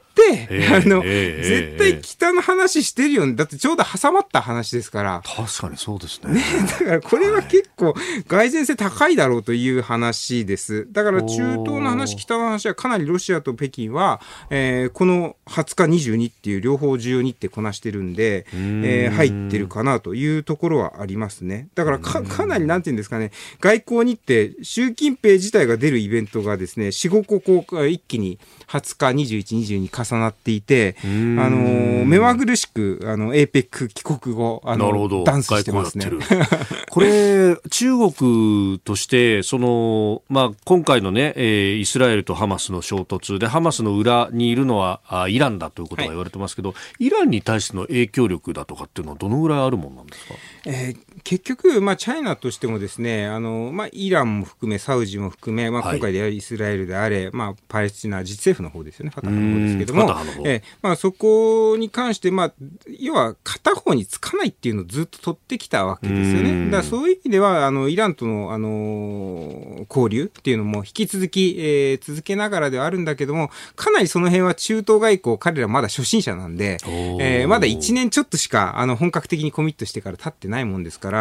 絶対北の話してるよね。だってちょうど挟まった話ですから。 確かにそうですね。 だからこれは結構蓋然性高いだろうという話です。だから中東の話、北の話はかなりロシアと北京は、この20日22っていう両方重要日程こなしてるんで、入ってるかなというところはありますね。だからかなりなんていうんですかね、外交日程、習近平自体が出るイベントがですね、4、5個一気に20日、21、22重なっていて、目まぐるしくAPEC 帰国後ダンスしてますね。 これ中国として今回のね、イスラエルとハマスの衝突でハマスの裏にいるのはイランだということが言われてますけど、イランに対しての影響力だとかっていうのはどのぐらいあるもんなんですか？ 結局、チャイナとしてもですね、イランも含めサウジも含め、今回であれイスラエルであれ、パレスチナ自治政府の方ですよね、ファタハの方ですけども、そこに関して、要は片方につかないっていうのをずっと取ってきたわけですよね。だからそういう意味ではイランとの、交流っていうのも引き続き、続けながらではあるんだけども、かなりその辺は中東外交、彼らまだ初心者なんで、まだ1年ちょっとしか本格的にコミットしてから経ってないもんですから、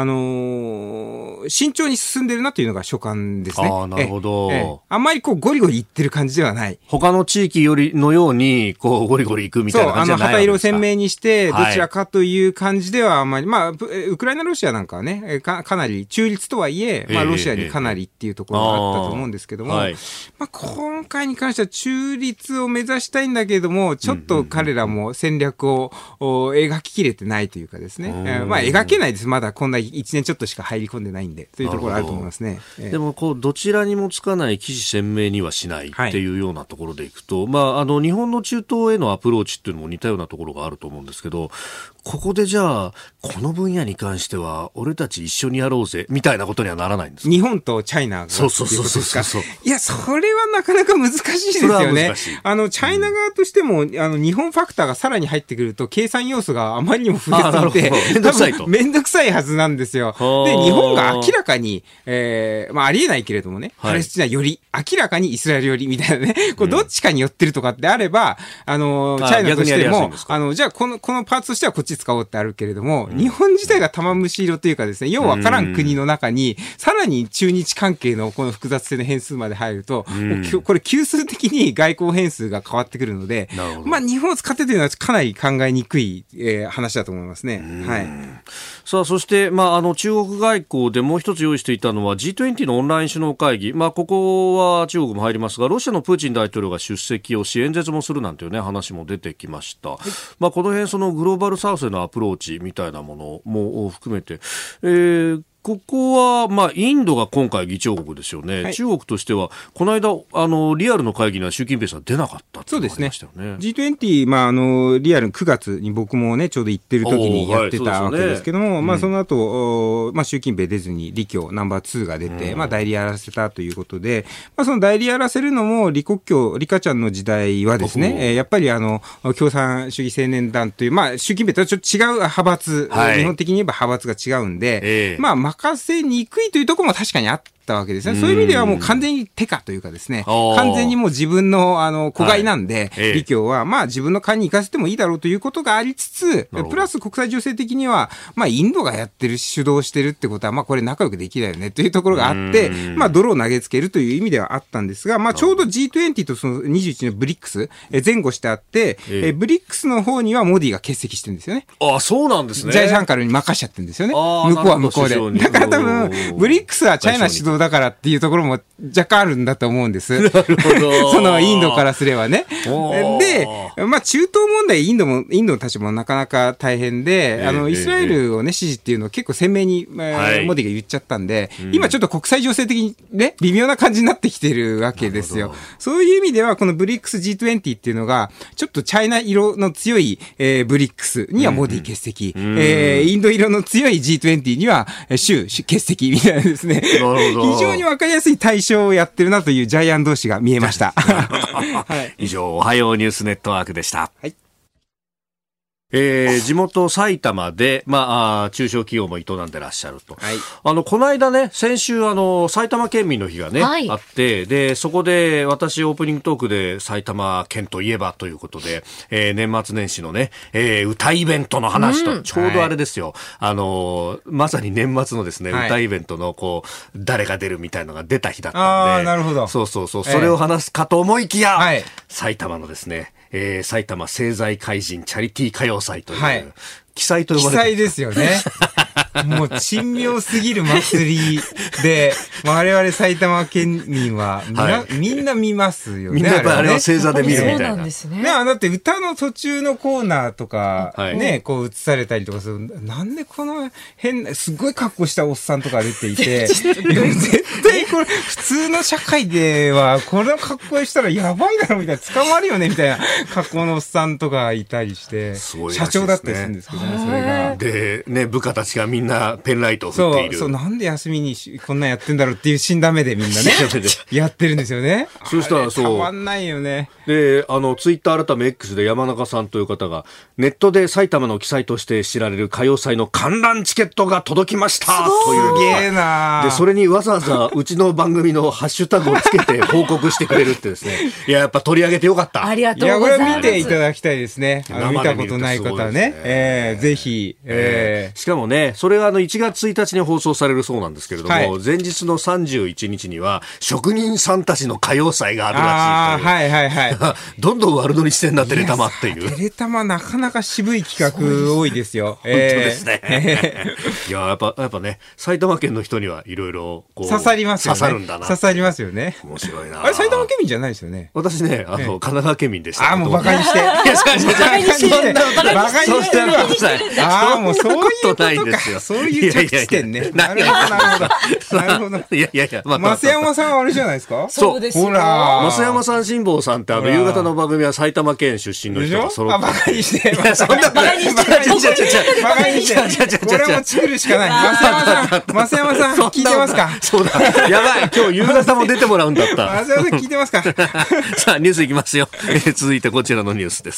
慎重に進んでるなというのが所感ですね。 なるほど。 あんまりゴリゴリいってる感じではない。 他の地域よりのようにゴリゴリいくみたいな感じじゃないわけですか。 旗色を鮮明にしてどちらかという感じではあんまり、ウクライナロシアなんかはね、かなり中立とはいえ、ロシアにかなりっていうところがあったと思うんですけども、今回に関しては中立を目指したいんだけれども、ちょっと彼らも戦略を描ききれてないというかですね、描けないです。まだこんな1年ちょっとしか入り込んでないんでというところあると思いますね。 でもどちらにもつかない旗示鮮明にはしないっていうようなところでいくと、日本の中東へのアプローチっていうのも似たようなところがあると思うんですけど、ここでじゃあこの分野に関しては俺たち一緒にやろうぜみたいなことにはならないんですか？ 日本とチャイナがそういや、それはなかなか難しいですよね。チャイナ側としても日本ファクターがさらに入ってくると計算要素があまりにも増えすぎてめんどくさいはずなんですよ。で、日本が明らかに、ありえないけれどもね、パレスチナより明らかにイスラエルよりみたいなね、どっちかに寄ってるとかってあれば、チャイナとしてもじゃあこのパーツとしてはこっち使おうってあるけれども、日本自体が玉虫色というかですね、ようわからん国の中にさらに中日関係のこの複雑性の変数まで入ると、これ級数的に外交変数が変わってくるので、日本を使ってというのはかなり考えにくい、話だと思いますね。 さあ、そして、中国外交でもう一つ用意していたのは G20 のオンライン首脳会議、ここは中国も入りますが、ロシアのプーチン大統領が出席をし演説もするなんていうね話も出てきました。この辺そのグローバルサウスへのアプローチみたいなものも含めて、ここは、インドが今回議長国ですよね。中国としては、この間、リアルの会議には習近平さん出なかったって言ってましたよね。 G20、リアル9月に僕もね、ちょうど行ってる時にやってたわけですけども、その後、習近平出ずに李強ナンバー2が出て、代理やらせたということで、その代理やらせるのも、李克強の時代はですね、やっぱり共産主義青年団という、習近平とはちょっと違う派閥、日本的に言えば派閥が違うんで、任せにくいというところも確かにあったわけですね。そういう意味ではもう完全に手下というかですね、完全にもう自分の子飼いなんで、李強は自分の官に行かせてもいいだろうということがありつつ、プラス国際情勢的にはインドがやってる主導してるってことはこれ仲良くできないよねというところがあって、泥を投げつけるという意味ではあったんですが、ちょうど G20 とその21のブリックス前後してあって、ブリックスの方にはモディが欠席してるんですよね。 そうなんですね。 ジャイサンカルに任しちゃってるんですよね。向こうは向こうで。だから多分ブリックスはチャイナ主導だからっていうところも若干あるんだと思うんです。 なるほど。 そのインドからすればね。で、中東問題インドの立場もなかなか大変で、イスラエルをね支持っていうのを結構鮮明に、モディが言っちゃったんで、今ちょっと国際情勢的にね微妙な感じになってきてるわけですよ。そういう意味ではこのブリックス G20 っていうのがちょっとチャイナ色の強い、ブリックスにはモディ欠席、インド色の強い G20 には習欠席みたいなですね。非常に分かりやすい対象をやってるなというジャイアン同士が見えました。 以上、おはようニュースネットワークでした。 地元埼玉で、中小企業も営んでらっしゃると。 はい、 この間ね、先週埼玉県民の日がね、はい、あって、で、そこで私オープニングトークで埼玉県といえばということで、年末年始のね、歌イベントの話と、ちょうどあれですよ。はい、まさに年末のですね、はい、歌イベントの誰が出るみたいなのが出た日だったんで。 なるほど。 そう、それを話すかと思いきや、はい、埼玉のですね、埼玉政財界人チャリティー歌謡祭という、はい、記載と呼ばれてる。 記載ですよね。もう珍妙すぎる祭りで、我々埼玉県民はみんな見ますよね。 みんなやっぱりあれを正座で見るみたいな。そうなんですね。だって歌の途中のコーナーとかね、映されたりとかする。なんでこのすごい格好したおっさんとか出ていて、絶対これ普通の社会ではこの格好したらやばいだろみたいな、捕まるよねみたいな格好のおっさんとかいたりして、社長だったりするんですけどね、それが。 で、ね、部下たちがみんなペンライトを振っている。 そう、なんで休みにこんなんやってんだろうっていう死んだ目でみんなね、やってるんですよね。 そしたら変わんないよね。 で、ツイッター改め X で山中さんという方が、ネットで埼玉の記載として知られる歌謡祭の観覧チケットが届きましたという。 すげえな。 で、それにわざわざうちの番組のハッシュタグをつけて報告してくれるってですね。いや、やっぱ取り上げてよかった。 ありがとうございます。 いや、これ見ていただきたいですね。見たことない方はね。ぜひ。 しかもね、それが1月1日に放送されるそうなんですけれども、はい、前日の31日には職人さんたちの歌謡祭があるらしいという。 はいはいはい。 どんどん悪乗りしてんな、テレタマっていう。 テレタマなかなか渋い企画多いですよ。 本当ですね。いや、やっぱね、埼玉県の人にはいろいろ刺さりますよね。 刺さるんだな。 刺さりますよね。 面白いな。 あれ埼玉県民じゃないですよね。 私ね、神奈川県民でした。 もうバカにして。バカにしてるわ。もうそういうことないですよ。そういう着地点ね。なるほど。なるほど。 いや、 増山さんはあれじゃないですか。 そうです。 ほら。 増山さん、辛坊さんって夕方の番組は埼玉県出身の人が揃って。 バカにして。 そんなバカにして。 バカにして。これも作るしかない。増山さん、聞いてますか。 そうだ。やばい。今日夕方も出てもらうんだった。 増山さん聞いてますか。 さあ、ニュースいきますよ。続いてこちらのニュースです。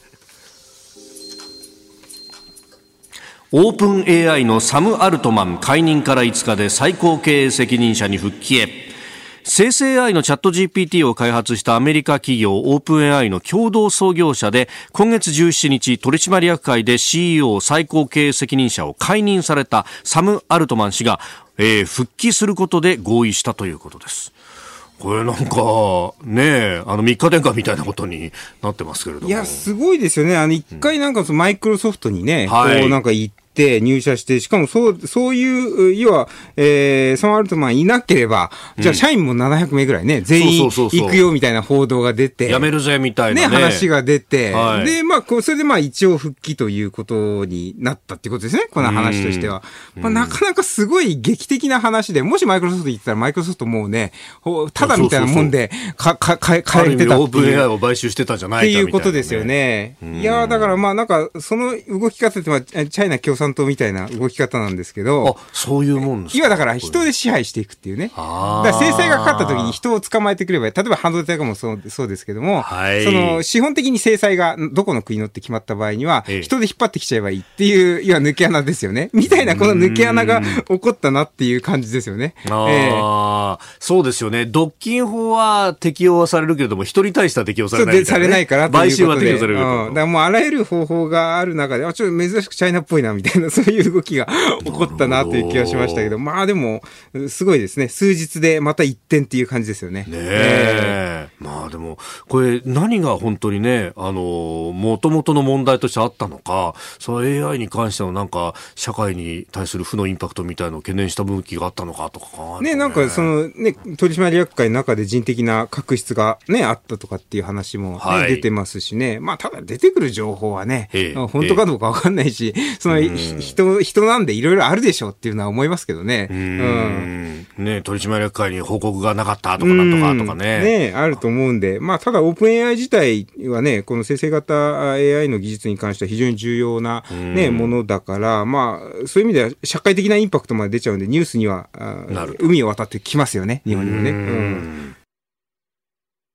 オープン AI のサム・アルトマン解任から5日で最高経営責任者に復帰へ。生成 AI のチャット GPT を開発したアメリカ企業オープン AI の共同創業者で今月17日取締役会で CEO 最高経営責任者を解任されたサム・アルトマン氏が、復帰することで合意したということです。これなんかね、3日転換みたいなことになってますけれども。 いや、すごいですよね。一回なんかマイクロソフトにね、なんか行って入社して、しかもそういう、要は、サム・アルトマンいなければ、じゃあ社員も700名ぐらいね、全員行くよみたいな報道が出て。 辞めるぜみたいなね。 話が出て。で、それで一応復帰ということになったってことですね。この話としては。なかなかすごい劇的な話で、もしマイクロソフト行ってたらマイクロソフトもうね、ただみたいなもんで、変えてたっていう。 オープン AI を買収してたんじゃないかみたいな、ね。 っていうことですよね。いや、だからなんか、その動き方って、チャイナ共産党みたいな動き方なんですけど。 そういうもんですか。 いや、だから人で支配していくっていうね。だから制裁がかかった時に人を捕まえてくれば、例えば半導体とかもそうですけども、その資本的に制裁がどこの国のって決まった場合には、人で引っ張ってきちゃえばいいっていう、いわ抜け穴ですよね。みたいなこの抜け穴が起こったなっていう感じですよね。 そうですよね。独禁法は適用はされるけれども、人に対しては適用されないみたいな、ね。 されないから買収は適用される。 だからもうあらゆる方法がある中で、ちょっと珍しくチャイナっぽいなみたいな、そういう動きが起こったなという気がしましたけど、でも、すごいですね。数日でまた一転っていう感じですよね。 でも、これ何が本当にね、元々の問題としてあったのか、その AI に関してのなんか、社会に対する負のインパクトみたいなのを懸念した分岐があったのかとかね。なんかそのね、取締役会の中で人的な確執がね、あったとかっていう話も、ね出てますしね。ただ出てくる情報はね、本当かどうかわかんないし、その人なんでいろいろあるでしょうっていうのは思いますけどね。 ね、取締役会に報告がなかったとかなんとかとかね。 あると思うんで、ただオープン AI 自体はね、この生成型 AI の技術に関しては非常に重要なね、ものだから、そういう意味では社会的なインパクトまで出ちゃうんで、ニュースには海を渡ってきますよね、日本にもね。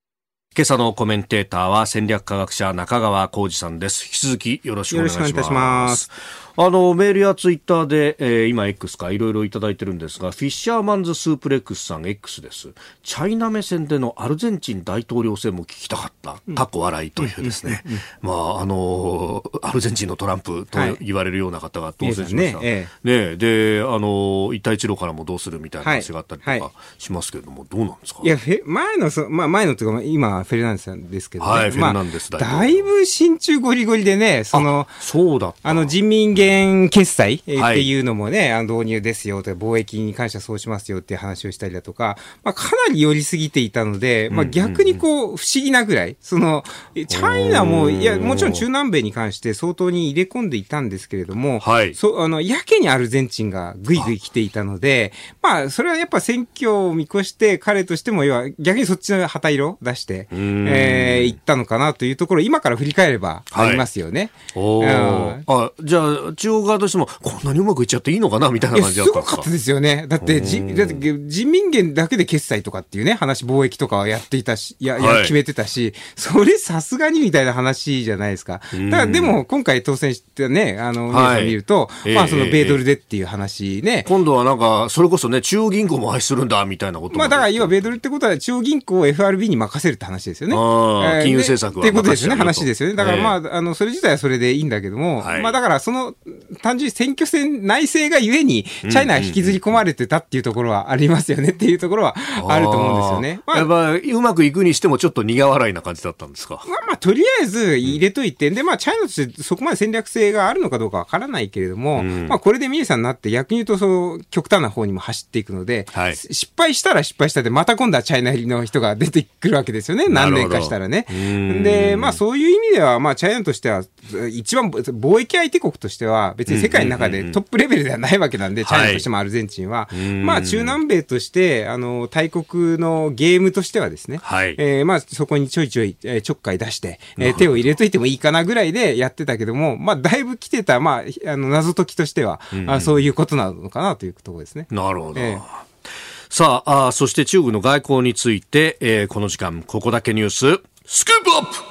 今朝のコメンテーターは戦略科学者中川浩二さんです。引き続きよろしくお願いします。よろしくお願いいたします。メールやツイッターで、今 X かいろいろいただいてるんですが、フィッシャーマンズスープレックスさん X です。チャイナ目線でのアルゼンチン大統領選も聞きたかった。タコ笑いというですね。アルゼンチンのトランプと言われるような方が当選しました。で、一帯一路からもどうするみたいな話があったりとかしますけれども、どうなんですか？ いや、前のというか、今、フェルナンデスさんですけどね。 はい、フェルナンデス大統領。 だいぶ親中ゴリゴリでね、 そうだった。 人民元決済っていうのもね、導入ですよと、貿易に関してはそうしますよっていう話をしたりだとか、かなり寄りすぎていたので、逆に不思議なぐらい、チャイナも、いや、もちろん中南米に関して相当に入れ込んでいたんですけれども、やけにアルゼンチンがぐいぐい来ていたので、それはやっぱ選挙を見越して、彼としても、逆にそっちの旗色を出して、いったのかなというところ、今から振り返ればありますよね。 じゃあ、中国側としても、こんなにうまくいっちゃっていいのかなみたいな感じだったんですか？ すごかったですよね。だって人民元だけで決済とかっていうね、貿易とかはやっていたし、決めてたし、それさすがにみたいな話じゃないですか。だからでも、今回当選してね、皆さん見ると、米ドルでっていう話ね。 今度はなんか、それこそね、中央銀行も愛するんだ、みたいなことも。 だから今、米ドルってことは、中央銀行を FRB に任せるって話ですよね。 金融政策は。 っていうことですよね、話ですよね。だからそれ自体はそれでいいんだけども、だから単純に選挙戦内政がゆえに、チャイナが引きずり込まれてたっていうところはありますよねっていうところはあると思うんですよね。 やっぱうまくいくにしてもちょっと苦笑いな感じだったんですか？ とりあえず入れといて、で、チャイナとしてそこまで戦略性があるのかどうかわからないけれども、これでミネさんになって逆に言うと極端な方にも走っていくので、失敗したら失敗したで、また今度はチャイナ入りの人が出てくるわけですよね。何年かしたらね。で、そういう意味では、チャイナとしては、一番貿易相手国としては、別に世界の中でトップレベルではないわけなんで、チャイナとしてもアルゼンチンは。中南米として、大国のゲームとしてはですね、そこにちょいちょいちょっかい出して、手を入れといてもいいかなぐらいでやってたけども、だいぶ来てた、謎解きとしては、そういうことなのかなというところですね。 なるほど。さあ、そして中国の外交について、この時間、ここだけニュース、スクープアップ！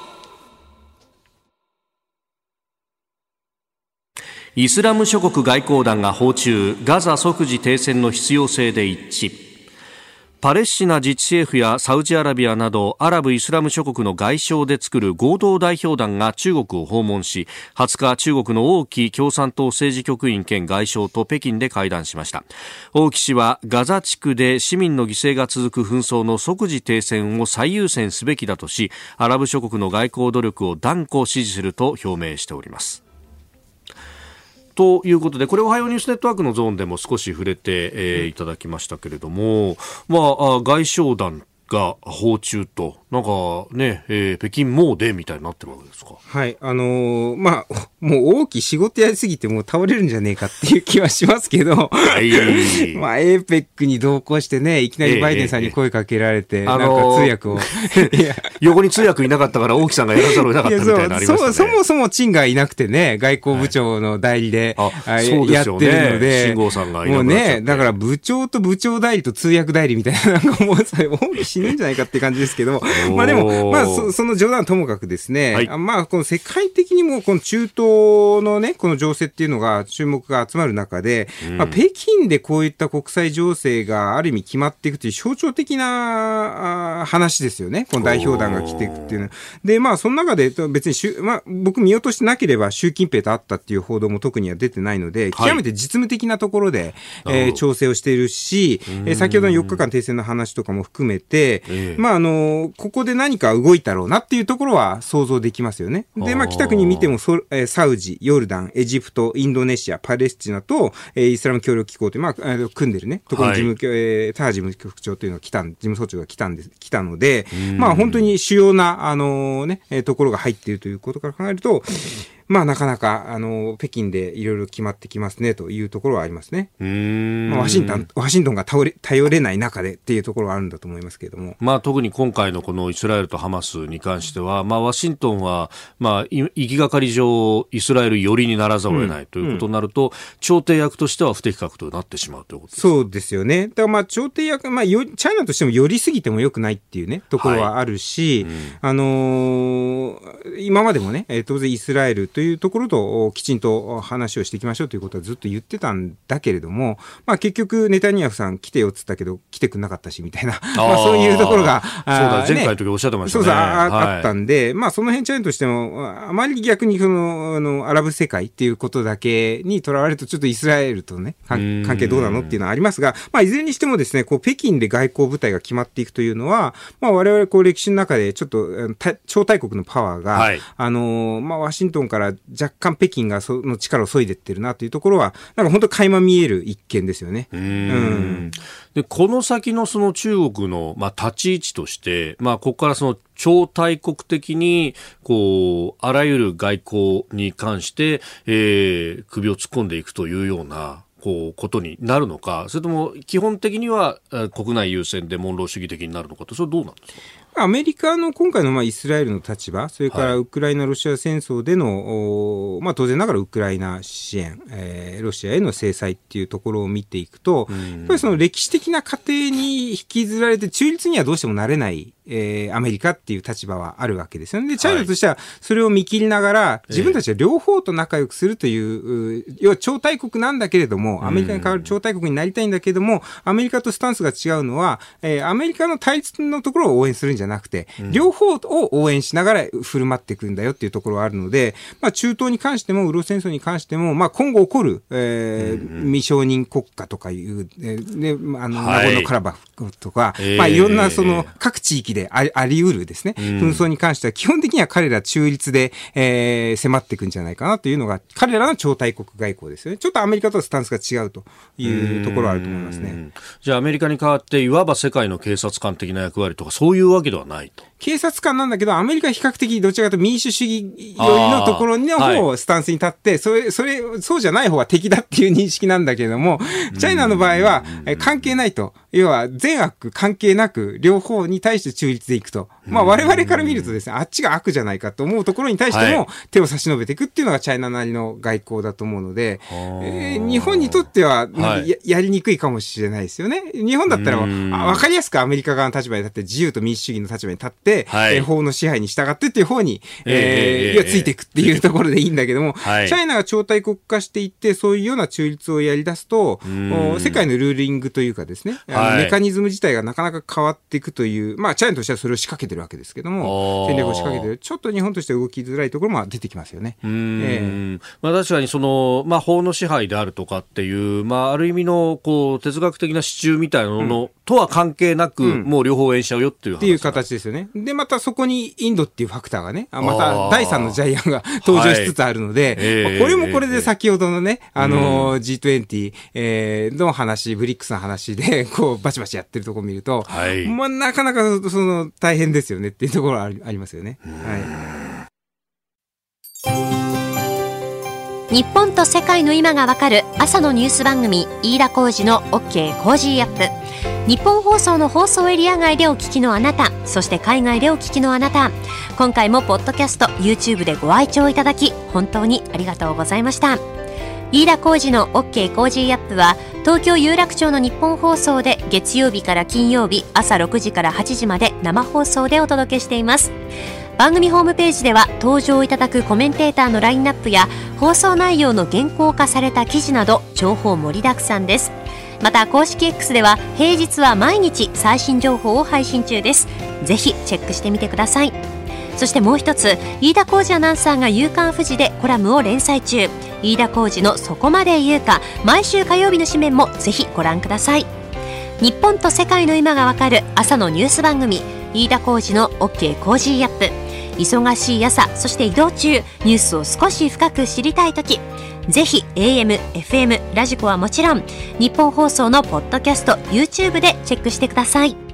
イスラム諸国外交団が訪中、ガザ即時停戦の必要性で一致。パレスチナ自治政府やサウジアラビアなどアラブ・イスラム諸国の外相で作る合同代表団が中国を訪問し、20日中国の王毅共産党政治局員兼外相と北京で会談しました。王毅氏はガザ地区で市民の犠牲が続く紛争の即時停戦を最優先すべきだとし、アラブ諸国の外交努力を断固支持すると表明しております。ということで、これおはようニュースネットワークのゾーンでも少し触れて、いただきましたけれども、外相団が訪中と、なんかね、北京もうでみたいになってるわけですか？ はい。もう大きい仕事やりすぎてもう倒れるんじゃねえかっていう気はしますけど、APEC に同行してね、いきなりバイデンさんに声かけられて、なんか通訳を。 横に通訳いなかったから王毅さんがやらざるを得なかったみたいなのありましたね。 そもそも陳がいなくてね、外交部長の代理で、やってるので、 秦剛さんがいなくなっちゃって。 もうね、だから部長と部長代理と通訳代理みたいな、なんかもう王毅死ぬんじゃないかって感じですけど、でも、その冗談はともかくですね、この世界的にもこの中東のね、この情勢っていうのが注目が集まる中で、北京でこういった国際情勢がある意味決まっていくという象徴的な話ですよね。この代表団が来ていくっていうのは。で、その中で別に僕見落としてなければ習近平と会ったっていう報道も特には出てないので、極めて実務的なところで、調整をしているし、先ほどの4日間停戦の話とかも含めて、ここで何か動いたろうなっていうところは想像できますよね。で、北国見てもサウジ、ヨルダン、エジプト、インドネシア、パレスチナと、イスラム協力機構という、組んでるね、ところにタハ事務局長というのが事務総長が来たので、本当に主要な、ところが入っているということから考えると、なかなか、北京でいろいろ決まってきますね、というところはありますね。ワシントンが頼れない中でっていうところはあるんだと思いますけれども。 特に今回のこのイスラエルとハマスに関しては、ワシントンは、行きがかり上イスラエル寄りにならざるを得ないということになると、調停役としては不適格となってしまうということです。 そうですよね。だから調停役、チャイナとしても寄りすぎても良くないっていうねところはあるし、今までもね、当然イスラエルというところときちんと話をしていきましょうということはずっと言ってたんだけれども、結局ネタニヤフさん来てよっつったけど来てくんなかったしみたいなそういうところがそうだ、前回の時おっしゃってましたね。 そうあったんで、その辺チャイナとしてもあまり逆にそのアラブ世界っていうことだけにとらわれるとちょっとイスラエルとね関係どうなのっていうのはありますが、いずれにしてもですね、こう北京で外交部隊が決まっていくというのは、我々こう歴史の中でちょっと超大国のパワーが、ワシントンから若干北京がその力を削いでってるなというところはなんか本当垣間見える一件ですよね。 でこの先のその中国の立ち位置として、ここからその超大国的にこうあらゆる外交に関して、首を突っ込んでいくというようなことになるのか、それとも基本的には国内優先でモンロー主義的になるのかと、それはどうなんですか。 アメリカの今回のイスラエルの立場、それからウクライナ・ロシア戦争での、当然ながらウクライナ支援、ロシアへの制裁っていうところを見ていくと、やっぱりその歴史的な過程に引きずられて中立にはどうしてもなれない、アメリカっていう立場はあるわけですよね。で、チャイナとしてはそれを見切りながら、自分たちは両方と仲良くするという、要は超大国なんだけれども、アメリカに代わる超大国になりたいんだけれども、アメリカとスタンスが違うのは、アメリカの対立のところを応援するんじゃなくて、両方を応援しながら振る舞っていくんだよっていうところはあるので、中東に関しても、ウロ戦争に関しても、今後起こる、未承認国家とかいう、ナゴルノカラバフとか、いろんなその各地域であり得るですね、紛争に関しては基本的には彼ら中立で、迫っていくんじゃないかなというのが、彼らの超大国外交ですよね。ちょっとアメリカとスタンスが違うというところはあると思いますね。 じゃあアメリカに代わっていわば世界の警察官的な役割とかそういうわけではないと。 警察官なんだけど、アメリカは比較的どちらかというと民主主義寄りのところの方をスタンスに立って、そうじゃない方は敵だっていう認識なんだけれども、チャイナの場合は関係ないと。要は善悪関係なく両方に対して中立でいくと。我々から見るとですね、あっちが悪じゃないかと思うところに対しても手を差し伸べていくっていうのがチャイナなりの外交だと思うので、日本にとってはやりにくいかもしれないですよね。日本だったらわかりやすくアメリカ側の立場に立って自由と民主主義の立場に立って、法の支配に従ってっていう方に、ついていくっていうところでいいんだけども、チャイナが超大国化していってそういうような中立をやり出すと、世界のルーリングというかですね、メカニズム自体がなかなか変わっていくという、チャイナとしてはそれを仕掛けてるわけですけども、戦略を仕掛けてる。ちょっと日本としては動きづらいところも出てきますよね。 確かにその、法の支配であるとかっていう、ある意味の哲学的な支柱みたいなものとは関係なく、もう両方応援しちゃうよっていう話。 っていう形ですよね。で、またそこにインドっていうファクターがね、また第三のジャイアンが登場しつつあるので、これもこれで先ほどのね、G20 の話、ブリックスの話で、バチバチやってるところを見ると、なかなか大変ですよねっていうところはありますよね。 日本と世界の今がわかる朝のニュース番組、飯田浩司の OK コージーアップ。日本放送の放送エリア外でお聞きのあなた、そして海外でお聞きのあなた、今回もポッドキャスト YouTube でご愛聴いただき本当にありがとうございました。飯田浩司の OK コージーアップは東京有楽町の日本放送で月曜日から金曜日朝6時から8時まで生放送でお届けしています。番組ホームページでは登場いただくコメンテーターのラインナップや放送内容の原稿化された記事など情報盛りだくさんです。また公式 X では平日は毎日最新情報を配信中です。ぜひチェックしてみてください。そしてもう一つ、飯田浩司アナウンサーが夕刊フジでコラムを連載中、飯田浩司のそこまで言うか、毎週火曜日の紙面もぜひご覧ください。日本と世界の今がわかる朝のニュース番組、飯田浩司の OK コージーアップ。忙しい朝、そして移動中、ニュースを少し深く知りたいとき、ぜひ AM、FM、ラジコはもちろん、日本放送のポッドキャスト、YouTube でチェックしてください。